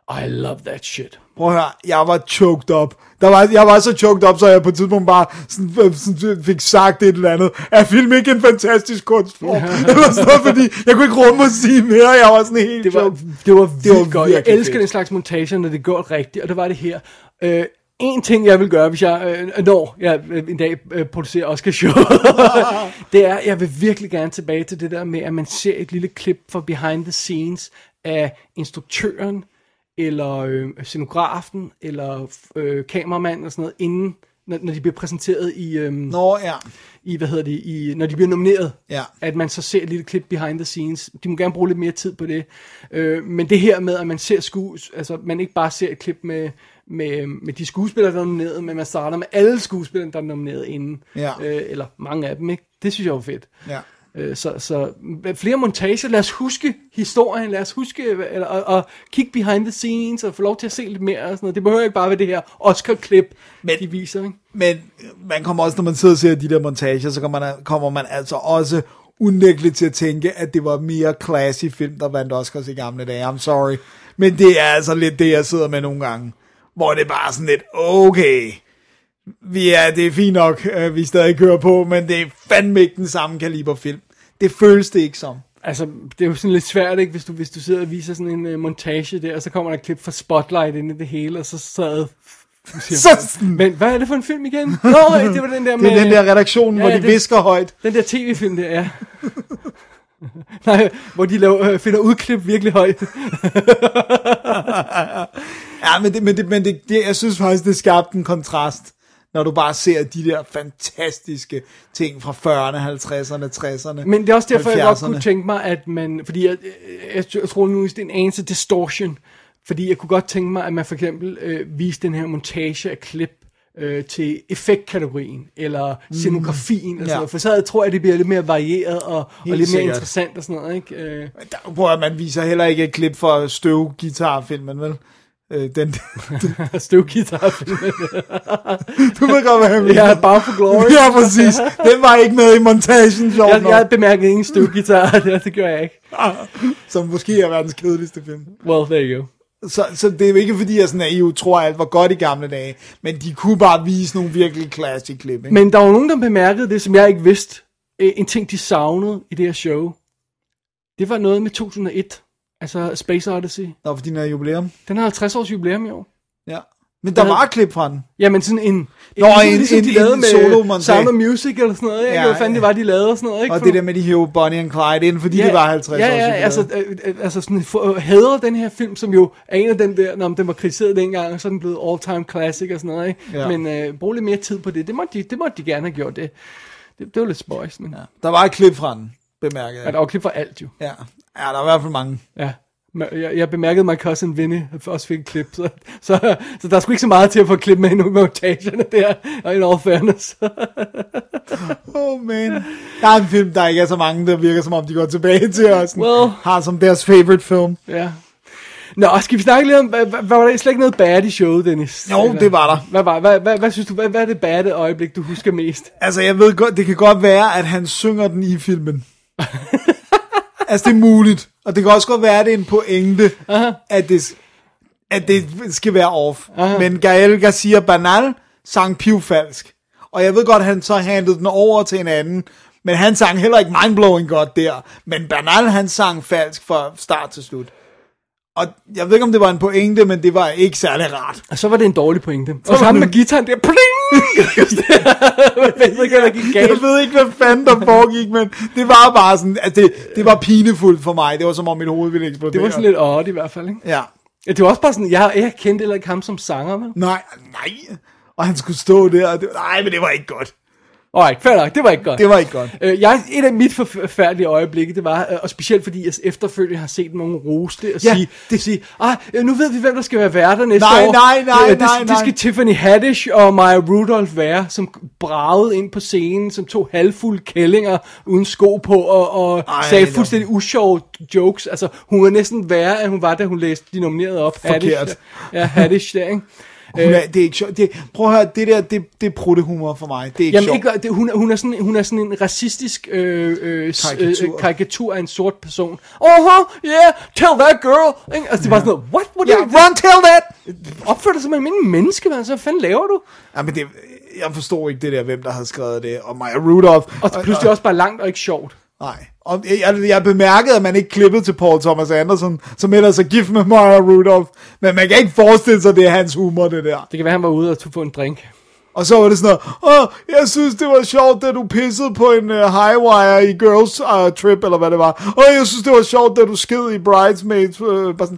I love that shit. Prøv at høre, jeg var choked up. Der var, jeg var så choked up, så jeg på et tidspunkt bare sådan, sådan, fik sagt et eller andet. Er film ikke en fantastisk kunstform? Eller sådan noget, fordi jeg kunne ikke rumme at sige mere. Jeg var sådan helt det var, choked. det var vildt Det var godt. Jeg virkelig elsker fedt. den slags montager, når det går rigtigt, og det var det her. Øh, en ting, jeg vil gøre, hvis jeg øh, når jeg øh, en dag øh, producerer Oscar show, det er, jeg vil virkelig gerne tilbage til det der med, at man ser et lille klip fra behind the scenes af instruktøren, eller øh, scenografen, eller øh, kameramanden og sådan noget, inden, når, når de bliver præsenteret i, øh, Nå, ja. i, hvad hedder det, i, når de bliver nomineret, Ja. at man så ser et lille klip behind the scenes. De må gerne bruge lidt mere tid på det. Øh, men det her med, at man ser skues, altså man ikke bare ser et klip med, med, med de skuespillere, der er nomineret, men man starter med alle skuespillere, der er nomineret inden. Ja. Øh, eller mange af dem, ikke? Det synes jeg var fedt. Ja. Øh, så, så flere montager, lad os huske historien, lad os huske eller, og, og kigge behind the scenes og få lov til at se lidt mere og sådan noget. Det behøver ikke bare være det her Oscar-klip, Men- de viser, ikke? Men man kommer også, når man sidder og ser de der montager, så kommer man, kommer man altså også unægteligt til at tænke, at det var mere classy film, der vandt Oscars i gamle dage. I'm sorry. Men det er altså lidt det, jeg sidder med nogle gange. Hvor det er bare sådan lidt, okay, vi er, det er fint nok, øh, vi stadig kører på, men det er fandme ikke den samme kaliber film. Det føles det ikke som. Altså, det er jo sådan lidt svært, ikke, hvis du, hvis du sidder og viser sådan en uh, montage der, og så kommer der et klip fra Spotlight ind i det hele, og så sad... Så, Men hvad er det for en film igen? Nå, det var den der med... det er den der redaktion, Ja, hvor de det- visker højt. Den der tv-film der, ja. Nej, hvor de laver, øh, finder udklip virkelig højt. Ja, men, det, men, det, men det, det, jeg synes faktisk, det skabte en kontrast, når du bare ser de der fantastiske ting fra fyrrerne, halvtredserne, tresserne, Men det er også derfor, jeg godt halvfjerdserne. kunne tænke mig, at man... Fordi jeg, jeg, jeg tror nu, det er en anelse distortion. Fordi jeg kunne godt tænke mig, at man for eksempel øh, viste den her montage af klip øh, til effektkategorien, eller scenografien, mm. og sådan Ja. noget. For så tror jeg, det bliver lidt mere varieret, og, og lidt mere sikkert. interessant og sådan noget, ikke? Øh, Der, prøv at man viser heller ikke et klip fra støvgitarfilmen, vel? Øh, den, Støvgitarfilmen. du ved godt, hvad jeg mener. Ja, Bound for Glory. Ja, præcis. Den var ikke med i montagen, sjovt Jeg, nok. jeg bemærkede ingen støvgitar, det, det gør jeg ikke. Som måske er verdens kedeligste film. Well, there you go. Så, så det er jo ikke fordi, jeg sådan naiv tror, alt var godt i gamle dage. Men de kunne bare vise nogle virkelig classic klip, ikke? Men der var nogen, der bemærkede det, som jeg ikke vidste. Øh, En ting, de savnede i det her show. Det var noget med to tusind og et. Altså Space Odyssey. Nå, for din er jubilæum. Den har halvtreds års jubilæum i år. Ja. Men der Hvad? var et klip fra den. Jamen sådan en... en Nå, ligesom, en- ligesom en- de en lavede med solo-montage. Sound of Music eller sådan noget, ikke? Ja, Hvad fanden ja. det var, de lavede og sådan noget, ikke? Og For- det der med, de hævde Bonnie and Clyde ind, fordi ja, det var halvtreds ja, års ja, jubilæum. altså, øh, øh, altså sådan, for, hædre den her film, som jo er en af dem der, når den var kritiseret dengang, og så er den blevet all-time classic og sådan noget, ikke? Ja. Men øh, brug lidt mere tid på det. Det måtte de, det måtte de gerne have gjort, det. Det, det var lidt spøjs, men... Ja. Der var et klip fra den, bemærkede Ja, jeg. der var klip for alt, jo. Ja, ja der var i hvert fald mange. Ja. Men Jeg, jeg bemærkede, at my cousin Vinny også fik et klip, så, så, så der er sgu ikke så meget til at få klip med i nogle montagerne der, og in all fairness. Oh man. Der er en film, der ikke er så mange, der virker som om, de går tilbage til os. Well. Har som deres favorite film. Ja. Nå, skal vi snakke lidt om, hvad, hvad, var der slet ikke noget bad i showet, Dennis? Jo, det var der. Hvad, var, hvad, hvad, hvad synes du, hvad, hvad er det bade øjeblik, du husker mest? Altså, jeg ved godt, det kan godt være, at han synger den i filmen. Altså, det er muligt. Og det kan også godt være, at det er en pointe, at det, at det skal være off. Aha. Men Gael Garcia Bernal sang pivfalsk. Og jeg ved godt, at han så handlede den over til en anden. Men han sang heller ikke mindblowing godt der. Men Bernal, han sang falsk fra start til slut. Og jeg ved ikke, om det var en pointe, men det var ikke særlig rart. Og så var det en dårlig pointe. Og så ham med guitaren der, pling! Jeg ved ikke, hvad der gik galt. Jeg ved ikke, hvad fanden der foregik, men det var bare sådan, altså det, det var pinefuldt for mig. Det var som om mit hoved ville eksplodere. Det var sådan lidt odd i hvert fald, ikke? Ja. Ja, det var også bare sådan, jeg, jeg kendte heller ikke ham som sanger, vel? Nej, nej. Og han skulle stå der, og det, nej, men det var ikke godt. Alright, fair nok, det var ikke godt. Det var ikke godt. Øh, jeg, et af mit forfærdelige øjeblikke, det var, øh, og specielt fordi jeg efterfølgende har set nogen rose det, og Ja, sige, det... sige, ah, øh, nu ved vi, hvem der skal være værter næste Nej, år. nej, nej, Øh, det, nej, det nej. skal Tiffany Haddish og Maya Rudolph være, som bragede ind på scenen, som tog halvfulde kællinger uden sko på, og, og Ej, sagde nå. fuldstændig usjove jokes. Altså, hun var næsten værre, end hun var, da hun læste de nominerede op. Forkert. Haddish, ja, Haddish der, ikke? Hun er, det er ikke sjovt. Det, prøv at høre, det der, det, det er pruttehumor for mig. Det er ikke Jamen, sjovt. ikke, det, hun, hun, er sådan, hun er sådan en racistisk øh, øh, Karikatur. øh, karikatur af en sort person. Oh, huh, yeah, tell that girl. Ikke? Altså, det er bare sådan noget, what? what Ja, yeah, run, tell that! Opfør dig som en almindelig menneske, man. Så hvad fanden laver du? Ja, men det, jeg forstår ikke det der, hvem der havde skrevet det. Og Maya Rudolph. Og pludselig også bare langt og ikke sjovt. Nej. Og jeg, jeg bemærkede, at man ikke klippede til Paul Thomas Anderson, som ellers er gift med Maya Rudolph. Men man kan ikke forestille sig, det er hans humor, det der. Det kan være, han var ude og tog få en drink. Og så var det sådan noget, åh, jeg synes, det var sjovt, da du pissede på en uh, highwire i Girls uh, Trip, eller hvad det var. Og jeg synes, det var sjovt, da du sked i Bridesmaids. Uh, bare sådan,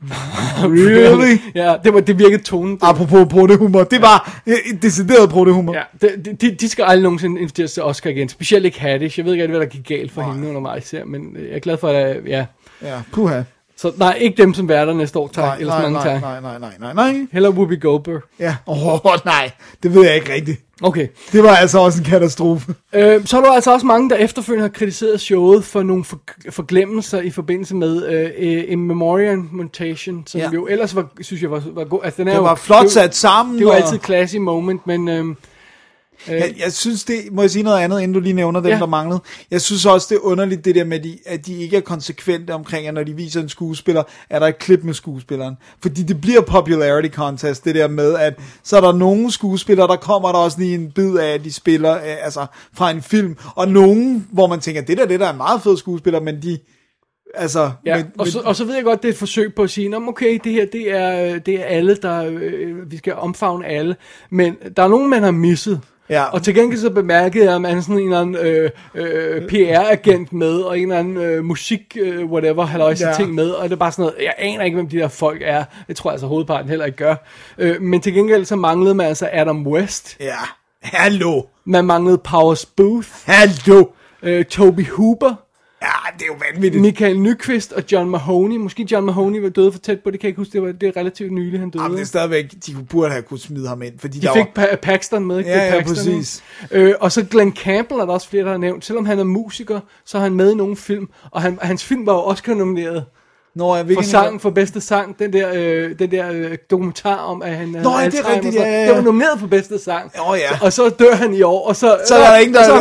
really? Ja, det, var, det virkede tonen. Apropos pruttehumor, det var ja. decideret pruttehumor. Ja, de, de, de skal aldrig nogensinde inviteres til Oscar igen. Specielt ikke Haddish. Jeg ved ikke, hvad der gik galt for Nej. hende undervejs her, men jeg er glad for, at ja. Ja, puha. Så nej, ikke dem som værter næste år, tak. Nej, Ellers nej, mange nej, tak. nej, nej, nej, nej, nej. Heller Whoopi Goldberg. Ja, åh oh, nej, det ved jeg ikke rigtigt. Okay. Det var altså også en katastrofe. Øh, så er der altså også mange, der efterfølgende har kritiseret showet for nogle for, forglemmelser i forbindelse med øh, In Memoriam Montation, som ja. jo ellers var, synes jeg var, var god. Altså, den er det jo, var flot det, sat sammen. Det var og... altid et classy moment, men... Øh, Jeg, jeg synes det, må jeg sige noget andet, inden du lige nævner dem, ja. der manglede. Jeg synes også, det er underligt det der med, de, at de ikke er konsekvente omkring, at når de viser en skuespiller, er der et klip med skuespilleren. Fordi det bliver popularity contest, det der med, at så er der nogle skuespillere, der kommer der også lige en bid af, at de spiller altså, fra en film. Og nogen, hvor man tænker, det der, det der er en meget fed skuespiller, men de... Altså, ja, men, og, så, og så ved jeg godt, det er et forsøg på at sige, okay, det her, det er, det er alle, der, øh, vi skal omfavne alle. Men der er nogen, man har misset. Ja. Og til gengæld så bemærkede jeg, at man er sådan en eller anden øh, øh, P R-agent med, og en eller anden øh, musik, øh, whatever, halløjse ja. ting med, og det er bare sådan noget, jeg aner ikke, hvem de der folk er. Det tror jeg altså hovedparten heller ikke gør. Øh, men til gengæld så manglede man altså Adam West. Ja, hallo. Man manglede Powers Booth. Hallo. Øh, Toby Hooper. Ja, det er jo vanvittigt. Michael Nyqvist og John Mahoney. Måske John Mahoney var døde for tæt på, det kan jeg ikke huske. Det, var, det er relativt nylig, han døde. Jamen, det er stadigvæk, de burde have kunnet smide ham ind. Fordi de der fik var... pa- Paxton med, ikke? Ja, det ja, Paxton, præcis. Øh, og så Glenn Campbell er der også flere, der har nævnt. Selvom han er musiker, så er han med i nogle film. Og han, hans film var jo Oscar-nomineret. Nå, jeg for sang, for bedste sang, den der, øh, den der øh, dokumentar om, at han Nå, ja, det er rigtigt, ja, ja, ja. Det var nomineret for bedste sang. Åh, ja. Og så dør han i år, og så... Så er der ingen, der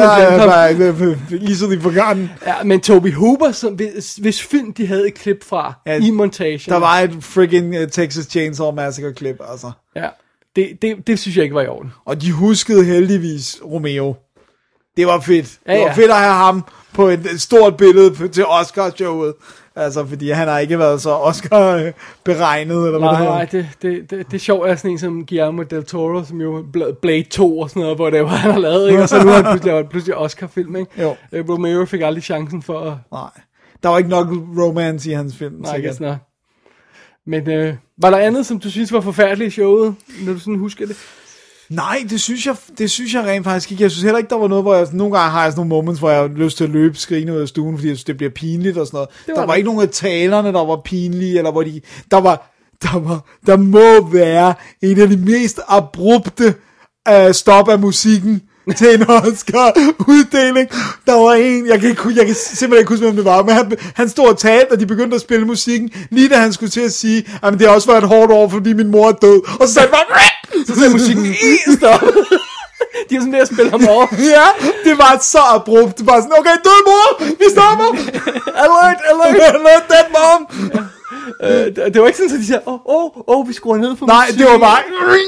er easily forgotten. Ja, men Toby Hooper, som, hvis, hvis film de havde et klip fra ja, i Montation. Der var et freaking uh, Texas Chainsaw Massacre klip, altså. Ja, det, det, det synes jeg ikke var i orden. Og de huskede heldigvis Romeo. Det var fedt. Ja, det var ja. fedt at have ham på et, et stort billede til Oscar-showet. Altså, fordi han har ikke været så Oscar-beregnet, eller hvad nej, det hedder. Nej, det, det, det, det er sjovt, at sådan en som Guillermo del Toro, som jo Blade to og sådan noget, hvor det var, han har lavet, ikke? Og så nu har han pludselig lavet pludselig Oscar-film, ikke? Jo. Uh, Romero fik aldrig chancen for at... Nej, der var ikke nok romance i hans film. Nej, ikke sådan noget. Men øh, var der andet, som du synes var forfærdeligt i showet, når du sådan husker det? Nej, det synes jeg, det synes jeg rent faktisk ikke. Jeg synes heller ikke, der var noget, hvor jeg... Nogle gange har jeg sådan nogle moments, hvor jeg har lyst til at løbe skrigende ud af stuen, fordi jeg synes, det bliver pinligt og sådan noget. Var der var det. Ikke nogen af talerne, der var pinlige, eller hvor de... Der var... Der var... Der må være en af de mest abrupte uh, stop af musikken til en Oscar-uddeling. Der var en, jeg kan, ikke, jeg kan simpelthen ikke huske, hvem det var, men han, han stod og talte, og de begyndte at spille musikken, lige da han skulle til at sige, at det har også været et hårdt år, fordi min mor er død. Og så sagde han bare, så sagde musikken, i stop. De er sådan ved at spille ham over. Ja, det var så abrupt. Det var sådan, okay, død mor, vi stopper. Alert, alert. Alert, dead mom. Ja. Øh, det, det var ikke sådan, at de sagde, åh, åh, åh, vi skruer ned for Nej, musikken. det var bare...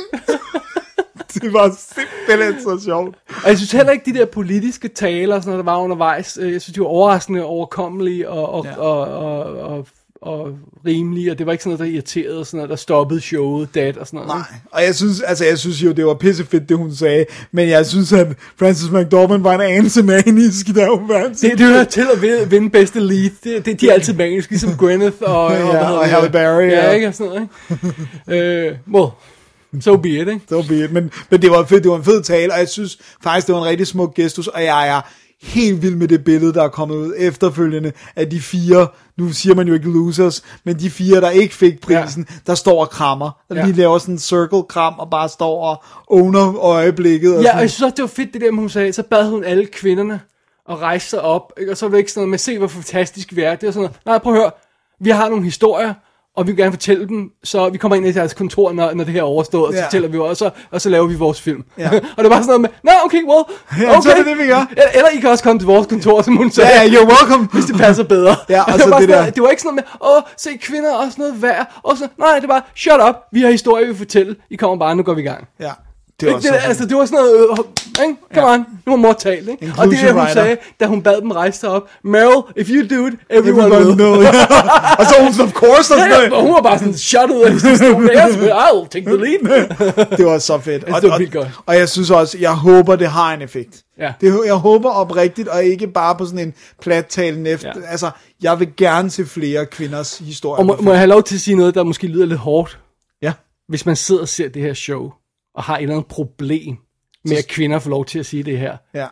Det var simpelthen så sjovt. Og jeg synes heller ikke, de der politiske taler, sådan noget, der var undervejs, jeg synes, de var overraskende overkommelige og, og, ja. og, og, og, og rimelige, og det var ikke sådan noget, der irriterede, og sådan noget, der stoppede showet, dat og sådan noget. Nej, og jeg synes, altså jeg synes jo, det var pissefedt, det hun sagde, men jeg synes, at Frances McDormand var en anelse manisk, da hun var. Det, det hører til at vinde bedste lead, det, det, de er altid maniske, ligesom Gwyneth og, ja, og, og Halle Berry. Ja, ja, ikke, og sådan noget, ikke? øh, well, so be it, ikke? So be it, men, men det var fedt, det var en fed tale, og jeg synes faktisk, det var en rigtig smuk gestus, og jeg er helt vild med det billede, der er kommet ud efterfølgende af de fire, nu siger man jo ikke losers, men de fire, der ikke fik prisen, ja. Der står og krammer. Der ja. Lige laver sådan en circle-kram, og bare står og owner øjeblikket. Og ja, og jeg synes også, det var fedt det der, hun sagde, så bad hun alle kvinderne at rejse sig op, ikke? Og så var det ikke sådan noget med, se hvor fantastisk vi er. Det var sådan noget, nej, prøv at høre, vi har nogle historier, og vi vil gerne fortælle dem, så vi kommer ind i deres kontor, når, når det her er overstået, og så Ja. fortæller vi jo også, og så laver vi vores film. Ja. Og det var sådan noget med, nå, okay, well, Ja, okay. så er det det, vi gør. Eller, eller I kan også komme til vores kontor, som hun sagde. Ja, ja, you're welcome. Hvis det passer bedre. Ja, og det, så var det sådan, der- det var ikke sådan noget med, åh, se kvinder er også noget værd, og så, nej, det var, shut up, vi har historie, vi vil fortælle, I kommer bare, nu går vi i gang. Ja. Det, var det, så det, altså, det var sådan noget, øh, ikke? Come Ja. on, nu må mor tale, ikke? Og det Inclusion er det, hun writer. sagde, da hun bad dem rejse sig op. Meryl, if you do it, everyone, Everyone will. know, ja. Og så hun sådan, of course, og Ja, sådan ja, noget. og hun var bare sådan shut ud af sin stol. Yes, I'll take the lead. Det var så fedt. Altså, Og, det var og, vildt godt. og jeg synes også, jeg håber, det har en effekt. Ja. Det, jeg håber oprigtigt, og ikke bare på sådan en plattalen efter. Ja. Altså, jeg vil gerne se flere kvinders historier. Og må, må jeg have lov til at sige noget, der måske lyder lidt hårdt? Ja. Hvis man sidder og ser det her show, og har et eller andet problem med, at kvinder får lov til at sige det her, Ja.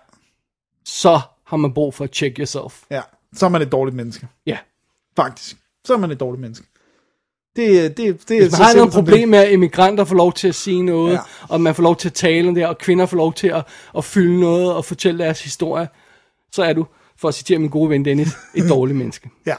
så har man brug for at check yourself. Ja. Så er man et dårligt menneske. Ja. Faktisk. Så er man et dårligt menneske. Det, det, det er Hvis man så har noget simpelt som problem med, at immigranter får lov til at sige noget, Ja. ja. og man får lov til at tale om det, og kvinder får lov til at, at fylde noget og fortælle deres historie, så er du, for at citere min gode ven Dennis, et dårligt menneske. Ja.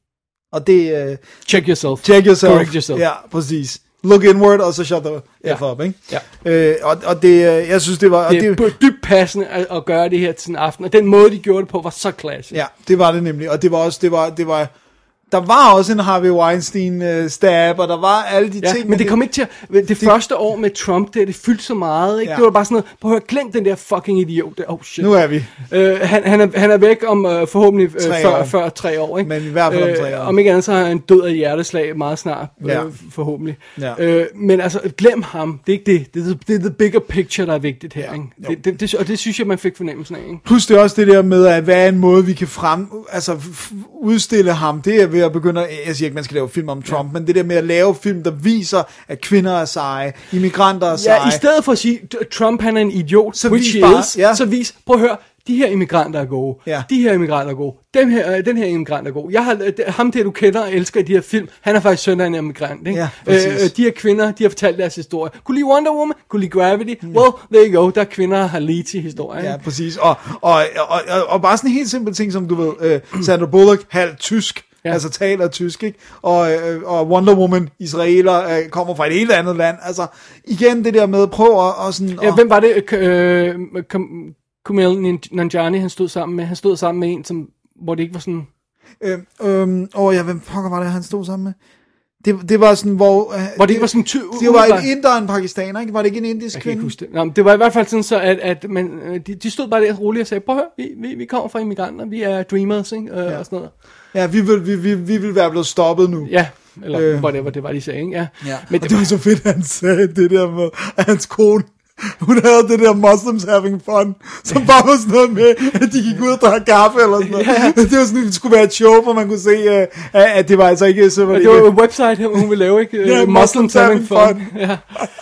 Og det... Uh, Check yourself. check yourself. Correct yourself. Ja, præcis. Look inward, og så shut the Ja. F up, ikke? Ja. Øh, og, og det, øh, jeg synes, det var... Og Det er det, dybt passende at, at gøre det her til en aften, og den måde, de gjorde det på, var så classic. ja, det var det nemlig. Og det var også... Det var, det var, der var også en Harvey Weinstein-stab, og der var alle de Ja, ting... men det kom ikke til at, det, det første år med Trump, det, det fyldte så meget, ikke? Ja. Det var bare sådan noget, prøv at høre, glem den der fucking idiot der, oh shit. Nu er vi. Øh, han, han, er, han er væk om øh, forhåbentlig øh, Tre før, år. før tre år, ikke? Men i hvert fald om tre år. Om ikke andet, så har han død af hjerteslag meget snart, øh, Ja. forhåbentlig. Ja. Øh, men altså, glem ham, det er ikke det. Det er, det er the bigger picture, der er vigtigt her, ikke? Jo. Det, det, det, og det synes jeg, man fik fornemmelsen af, ikke? Plus det er også det der med, at hvad er en måde, vi kan frem, altså f- udstille ham. Det er ved at begynde at, jeg siger ikke, man skal lave film om Trump, ja. men det der med at lave film, der viser, at kvinder er seje, immigranter er seje. Ja, i stedet for at sige, Trump han er en idiot, Så which vis he bare, is, ja. så vis, prøv at høre, de her immigranter er gode, Ja. de her immigranter er gode, Dem her, øh, den her immigrant er god. Jeg har, øh, ham der du kender og elsker i de her film, han er faktisk søn af en immigrant, ikke? Ja, præcis. øh, de her kvinder, de har fortalt deres historie. Kunne lide Wonder Woman? Kunne lide Gravity? Mm. Well, there you go, der er kvinder, der har lige til historien. Ja, præcis. Og, og, og, og, og bare sådan en helt simpel ting, som du ved, øh, Sandra Bullock, halv tysk, ja. altså taler tysk, ikke? Og, øh, og Wonder Woman, israeler, øh, kommer fra et helt andet land. Altså, igen det der med, prøv at og sådan... Ja, og, hvem var det? Øh, kom, Kumail Nanjiani, han stod sammen med, han stod sammen med en, som, hvor det ikke var sådan... Øh, øh, åh ja, hvem pokker var det, han stod sammen med? Det, det var sådan, hvor... Øh, Hvor det ikke var sådan... Ty- det var en inder og en pakistaner, ikke? Var det ikke en indisk Jeg kan kvinde? ikke huske det. Nå, men det var i hvert fald sådan så, at, at man, de, de stod bare der roligt og sagde, prøv at høre, vi, vi, vi kommer fra immigranter, vi er dreamers, ikke? Øh, Ja. og sådan noget. Ja, vi vil, vi, vi, vi vil være blevet stoppet nu. Ja, eller Øh. øh. whatever, det var de sagde, ikke? Ja. Ja. Men Og det var så fedt, at han sagde det der med, at hans kone, hun havde det der Muslims having fun, som bare var sådan noget med, at de gik ud og drak kaffe eller sådan noget. Ja. Det var sådan, det skulle være et show, hvor man kunne se, uh, at det var altså ikke... Så var Og det, det var ikke, et website, hun ville lave, ikke? Ja, Uh, Muslims having fun. Ja.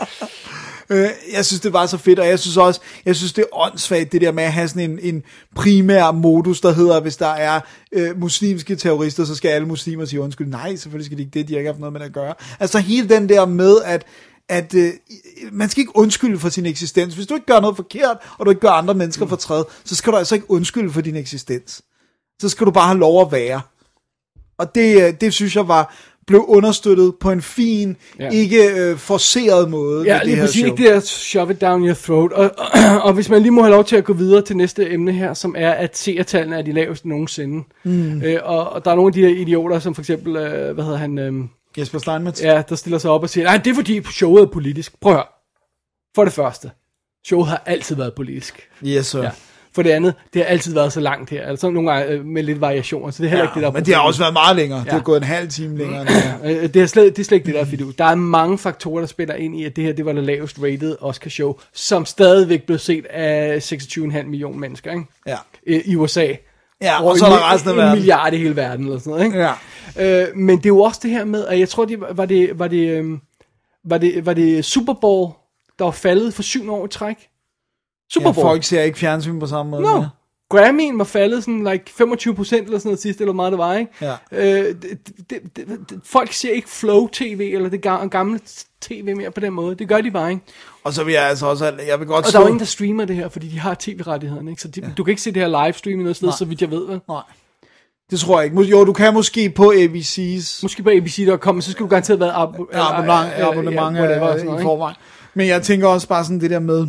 Øh, jeg synes, det var så fedt, og jeg synes også, jeg synes, det er åndssvagt, det der med at have sådan en, en primær modus, der hedder, hvis der er øh, muslimske terrorister, så skal alle muslimer sige undskyld. Nej, selvfølgelig skal de ikke det, de har ikke haft noget med det at gøre. Altså hele den der med, at at øh, man skal ikke undskylde for sin eksistens. Hvis du ikke gør noget forkert, og du ikke gør andre mennesker fortræd, så skal du altså ikke undskylde for din eksistens. Så skal du bare have lov at være. Og det, det synes jeg var blev understøttet på en fin, ja. ikke øh, forceret måde. Ja, med det lige her præcis show. ikke det der shove it down your throat. Og, og, og hvis man lige må have lov til at gå videre til næste emne her, som er, at seertallene er de laveste nogensinde. Mm. Øh, og, og der er nogle af de her idioter, som for eksempel, øh, hvad hedder han? Øh, Jesper Steinmetz. Ja, der stiller sig op og siger, nej, det er fordi showet er politisk. Prøv at høre. For det første, showet har altid været politisk. Yes, sir. Ja. For det andet, det har altid været så langt her. Altså nogle gange øh, med lidt variationer, så det er heller Ja, ikke det, der er men det har problemet. også været meget længere. Ja. Det Ja. har gået en halv time længere. End det her. Øh, det, er slet, det er slet ikke det, der er fidus. Der er mange faktorer, der spiller ind i, at det her det var det lavest rated Oscar-show, som stadigvæk blev set af seksogtyve komma fem millioner mennesker, ikke? Ja. Øh, i U S A. Ja, og og så er der resten af en, verden. en milliard i hele verden, eller sådan noget, ikke? Ja. Øh, men det er jo også det her med, at jeg tror, det var, var det, var det, øhm, var det, var det Super Bowl, der var faldet for syvende år i træk? Super Ja, Bowl. folk ser ikke fjernsyn på samme måde. No. mere. Grammy'en var faldet sådan like femogtyve procent eller sådan noget sidst, eller hvor meget det var, ikke? Ja. Øh, det, det, det, det, folk ser ikke Flow-tv, eller det ga- gamle tv mere på den måde. Det gør de bare, ikke? Og så vil jeg altså også, jeg vil godt Og slå... der er jo ingen, der streamer det her, fordi de har tv-rettighederne, ikke? Så de, Ja. du kan ikke se det her livestream i noget sted, Nej. så vidt jeg ved, vel? Nej. Det tror jeg ikke. Mås- Jo, du kan måske på A B C's. Måske på A B C punktum com, men så skal du garanteret være ab- Ja, abonnement, øh, abonnement ja, whatever, øh, sådan noget, i ikke? forvejen. Men jeg tænker også bare sådan det der med,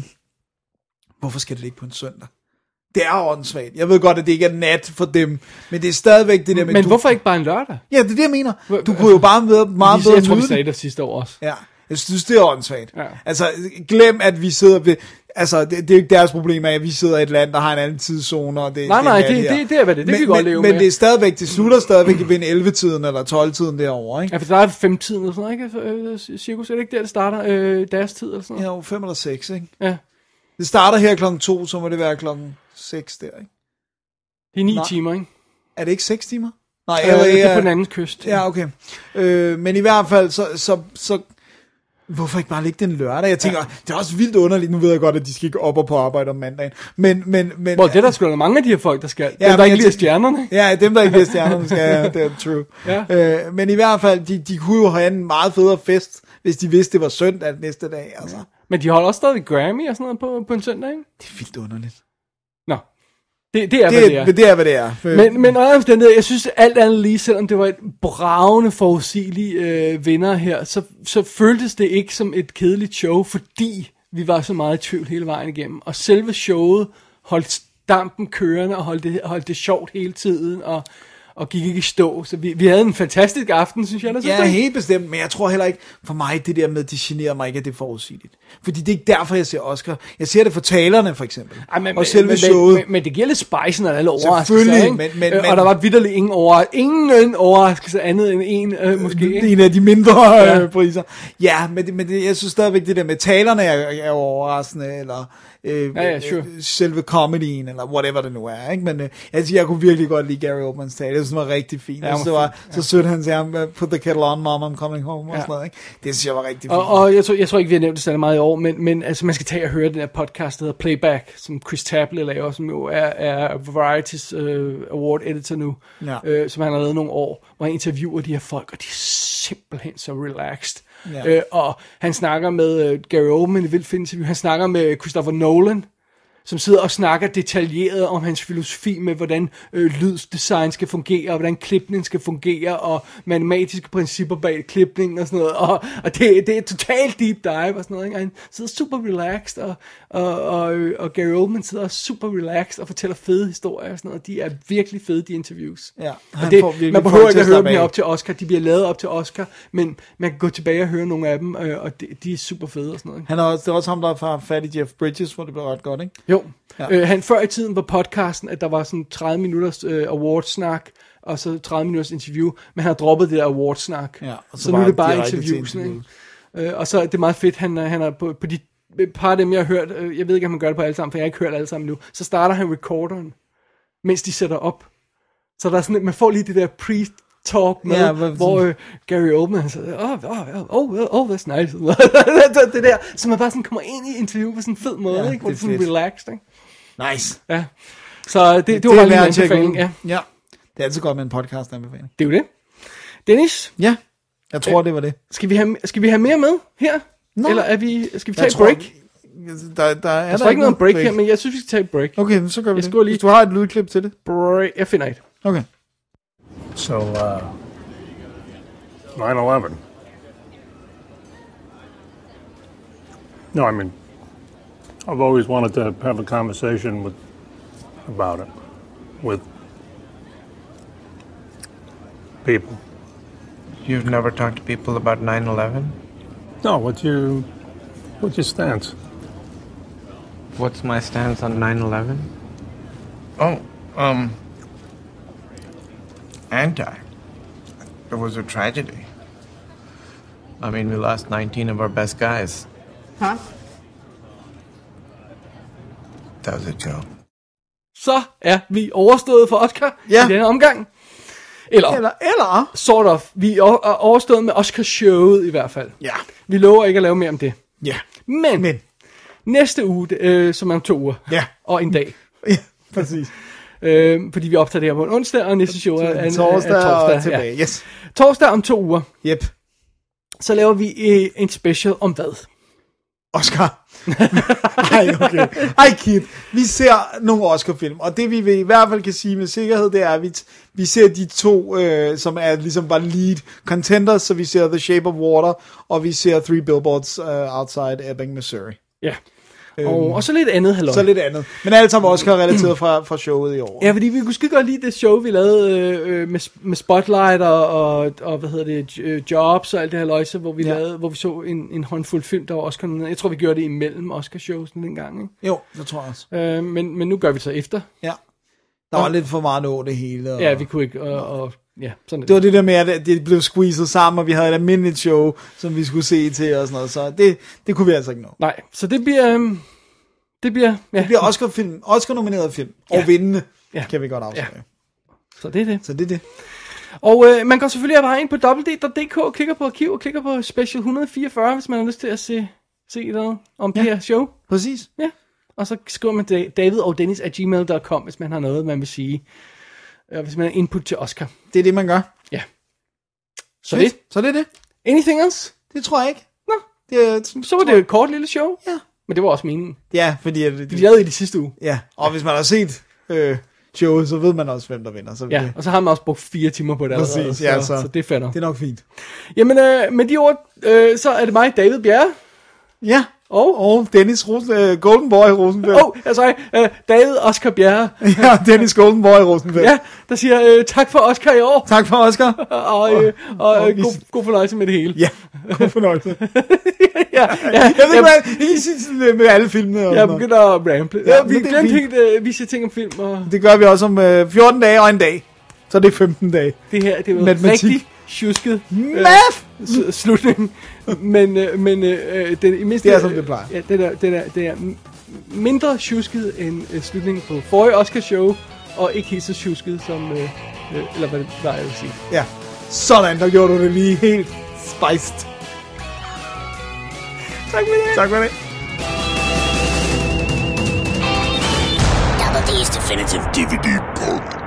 hvorfor skal det ligge på en søndag? Det er åndssvagt. Jeg ved godt, at det ikke er nat for dem, men det er stadigvæk det der med... Men du... hvorfor ikke bare en lørdag? Ja, det er det, jeg mener. Du kunne jo bare være meget Vi- bedre Jeg tror, vi nyde sagde det. det sidste år også. Ja, jeg synes, det er åndssvagt. Ja. Altså, glem, at vi sidder ved... Altså, det, det er jo ikke deres problem, at vi sidder i et land, der har en anden tidszone, og det, Nej, det nej, er det, her. det, det er hvad det er. Det men, kan vi godt men, leve men med. det er stadigvæk, det slutter stadigvæk ved en elleve-tiden eller tolv-tiden derovre, ikke? Ja, for der er femtiden eller sådan noget, ikke? Øh, Cirkus, er det ikke der, det starter øh, deres tid eller sådan noget? Ja, jo, fem eller seks, ikke? Ja. Det starter her klokken to, så må det være klokken seks der, ikke? Det er ni Nej. timer, ikke? Er det ikke seks timer? Nej, Øh, det er på den anden kyst. Ja, okay. Øh, men i hvert fald, så, så, så hvorfor ikke bare lægge den lørdag? Jeg tænker, ja. Det er også vildt underligt. Nu ved jeg godt, at de skal ikke op og på arbejde om mandagen. Men, men, men... Hvor det er der sgu da mange af de her folk, der skal. Ja, Dem, der men ikke jeg lider tænker- stjernerne. Ja, dem, der ikke bliver stjernerne, skal ja, det er true. Ja. Øh, men i hvert fald, de, de kunne jo have en meget federe fest, hvis de vidste, det var søndag næste dag. Altså. Men de holder også stadig Grammy og sådan noget på, på en søndag, ikke? Det er vildt underligt. Nå. Det, det er, Det, hvad det er. det er, hvad det er. Men, men under omstændigheder, jeg synes alt andet lige, selvom det var et bravende forudsigeligt øh, vinder her, så, så føltes det ikke som et kedeligt show, fordi vi var så meget i tvivl hele vejen igennem. Og selve showet holdt dampen kørende og holdt det, holdt det sjovt hele tiden, og, og gik ikke i stå. Så vi, vi havde en fantastisk aften, synes jeg. Der, synes Ja, du? helt bestemt, men jeg tror heller ikke, for mig, det der med, det generer mig ikke, at det er forudsigeligt. Fordi det er ikke derfor, jeg ser Oscar. Jeg ser det for talerne, for eksempel. Ej, men, og selve men, showet. Men, men det giver lidt spice, når alle overraskelser, Selvfølgelig, ikke? men- men- øh, men- og der var vitterligt ingen, over, ingen overraskelse andet end en, øh, måske. Det er Ikke? en af de mindre Ja. ja. priser. Ja, men, det, men det, jeg synes stadigvæk, det der med talerne er, er jo overraskende, eller øh, Ja, ja, sure. øh, selve comedyen, eller whatever det nu er. Ikke? Men øh, altså, jeg kunne virkelig godt lide Gary Oldmans tale. Jeg synes, det var rigtig fint. Ja, Jeg synes, det han var var så sødt, han sagde, put the kettle on, mom, I'm coming home, og Ja. sådan noget. Ikke? Det synes jeg var rigtig fint. Og, og jeg, tror, jeg tror ikke, vi har nævnt det så meget i år, men, men altså, man skal tage og høre den her podcast, der hedder Playback, som Chris Tabley laver, som jo er, er Variety's uh, award editor nu, Ja. øh, som han har lavet nogle år, hvor han interviewer de her folk, og de er simpelthen så relaxed. Ja. Øh, og han snakker med uh, Gary Oldman i vildt fint interview, han snakker med Christopher Nolan, som sidder og snakker detaljeret om hans filosofi med, hvordan øh, lyddesign skal fungere, og hvordan klipning skal fungere, og matematiske principper bag klipning og sådan noget, og, og det, det er totalt deep dive og sådan noget, ikke? Og han sidder super relaxed, og, og, og, og Gary Oldman sidder super relaxed og fortæller fede historier og sådan noget, de er virkelig fede, de interviews. Ja, Og han det, får virkelig man behøver folk ikke til at høre slappe dem her af. op til Oscar, de bliver lavet op til Oscar, men man kan gå tilbage og høre nogle af dem, øh, og de, de er super fede og sådan noget. Ikke? Han er også, det er også ham, der har fat i Jeff Bridges, hvor det blev ret godt, ikke? Jo. Ja. Ja. Øh, han før i tiden var podcasten, at der var sådan tredive minutters øh, awardsnak, og så tredive minutters interview, men han har droppet det der awardsnak. Ja, og så så nu bare er det bare direkte til interviews, ikke? interviews. Øh, og så er det meget fedt, han, er- han er på, på de et par af dem, jeg har hørt, øh, jeg ved ikke, om han gør det på alle sammen, for jeg har ikke hørt alle sammen nu, så starter han recorderen, mens de sætter op. Så der er sådan, man får lige det der pre talk med, Ja, ja, hvad- hvor øh, Gary Oldman han siger, oh, oh, oh, oh, oh, that's nice. det der, så man bare sådan kommer ind i interview på sådan en fed måde, Ja, ikke? Hvor det det er er sådan fedt. relaxed, ikke? Nice. Ja. Så det, det, det var bare lige værd en at tjekke anbefaling, ud. ja. Ja, det er altid godt med en podcast anbefaling. Det er jo det. Dennis, Ja, jeg tror, det var det. skal vi have, skal vi have mere med her? Nå. Eller er vi, skal vi tage Jeg et tror, break? Der, der er Der står ikke noget om break her, men jeg synes, vi skal tage et break. Okay, så gør vi Jeg det. skriver lige- Hvis du har et lydklip til det. Break. Jeg finder et. Okay. So, uh, nine eleven. No, I mean, I've always wanted to have a conversation with about it with people. You've never talked to people about nine eleven? No, what's your what's your stance? What's my stance on nine eleven? Oh, um, anti. It was a tragedy. I mean, we lost nineteen of our best guys. Huh? That was a joke. Så er vi overstået for Oscar Ja. i denne omgang. Eller, Eller, eller... sort of. Vi er o- er overstået med Oscar-showet i hvert fald. Ja. Vi lover ikke at lave mere om det. Ja. Men, Men. næste uge, øh, som er om to uger, Ja. og en dag. Ja, præcis. Øh, fordi vi optager det her på en onsdag, og næste show er, er, er Torsdag, er torsdag og tilbage. Ja. Yes. Torsdag om to uger. Yep. Så laver vi øh, en special om hvad? Oscar. Ej, okay. Ej, Kid. Vi ser nogle Oscar-film, og det vi i hvert fald kan sige med sikkerhed, det er, at vi, vi ser de to, øh, som er ligesom bare lead contenders, så vi ser The Shape of Water, og vi ser Three Billboards uh, Outside Ebbing, Missouri. Ja. Og, og så lidt andet, halløj. Så lidt andet. Men alt sammen Oscar-relateret fra, fra showet i år. Ja, fordi vi kunne skide godt lide det show, vi lavede øh, med, med Spotlight og, og, og, hvad hedder det, Jobs og alt det her løjse, hvor vi, ja. lavede, hvor vi så en, en håndfuld film, der var Oscar. Jeg tror, vi gjorde det imellem Oscar-showsen dengang, ikke? Jo, det tror jeg også. Øh, men, men nu gør vi så efter. Ja. Der var og, lidt for meget nå det hele. Og, ja, vi kunne ikke, og, og ja, sådan det. Det var det der med, at det blev squeezet sammen, og vi havde et almindeligt show, som vi skulle se til og sådan noget, så det, det kunne vi altså ikke nå. Nej, så det bliver... Øh, Det bliver, ja. det bliver Oscar-film, Oscar-nomineret film, og ja. vindende, ja. kan vi godt afsløre. Ja. Så det er det. Så det er det. Og øh, man går selvfølgelig bare ind på w w w punktum d k, klikker på arkiv og klikker på special et hundrede fireogfyrre, hvis man har lyst til at se, se noget om ja. det her show. Præcis. Ja. Og så skriver man david og dennis at gmail punktum com, hvis man har noget, man vil sige. Øh, hvis man har input til Oscar. Det er det, man gør. Ja. Så det. Så det er det. Anything else? Det tror jeg ikke. Nå. Det er, så var det et kort lille show. Ja. Men det var også meningen. Ja, fordi... At, de lavede i de sidste uge. Ja, og hvis man har set øh, showet, så ved man også, hvem der vinder. Så ja, det... og så har man også brugt fire timer på det. Præcis, allerede, så, ja, så, så det er fandme. Det er nok fint. Jamen, øh, med de ord, øh, så er det mig, David Bjerre. Ja, og, og Dennis Rosen, øh, Golden Boy Rosenfeldt. Åh, oh, jeg sagde, øh, David Oscar Bjerre. Ja, Dennis Golden Boy Rosenfeldt. Ja, der siger øh, tak for Oscar i år. Tak for Oscar. og øh, og, og øh, god, god fornøjelse med det hele. Ja, god fornøjelse. ja, ja, jeg ved ikke, hvad jeg siger med alle filmene. Og jeg begynder at ramble. Ja, ja, vi glemte helt, øh, vi siger ting om film. Og... Det gør vi også om øh, fjorten dage og en dag. Så det er femten dage. Det her, det er jo rigtig tjusket øh, slutning. men øh, men øh, den, i mindste, det er som det plejer. Ja, det, der, det, der, det er mindre tjusket end øh, slutningen på forrige Oscar-show, og ikke helt så tjusket som, øh, øh, eller hvad det plejer jeg vil sige. Ja, sådan, der gjorde du det lige helt spiced. Tak for det. Tak for det. Double D's Definitive D V D Podcast.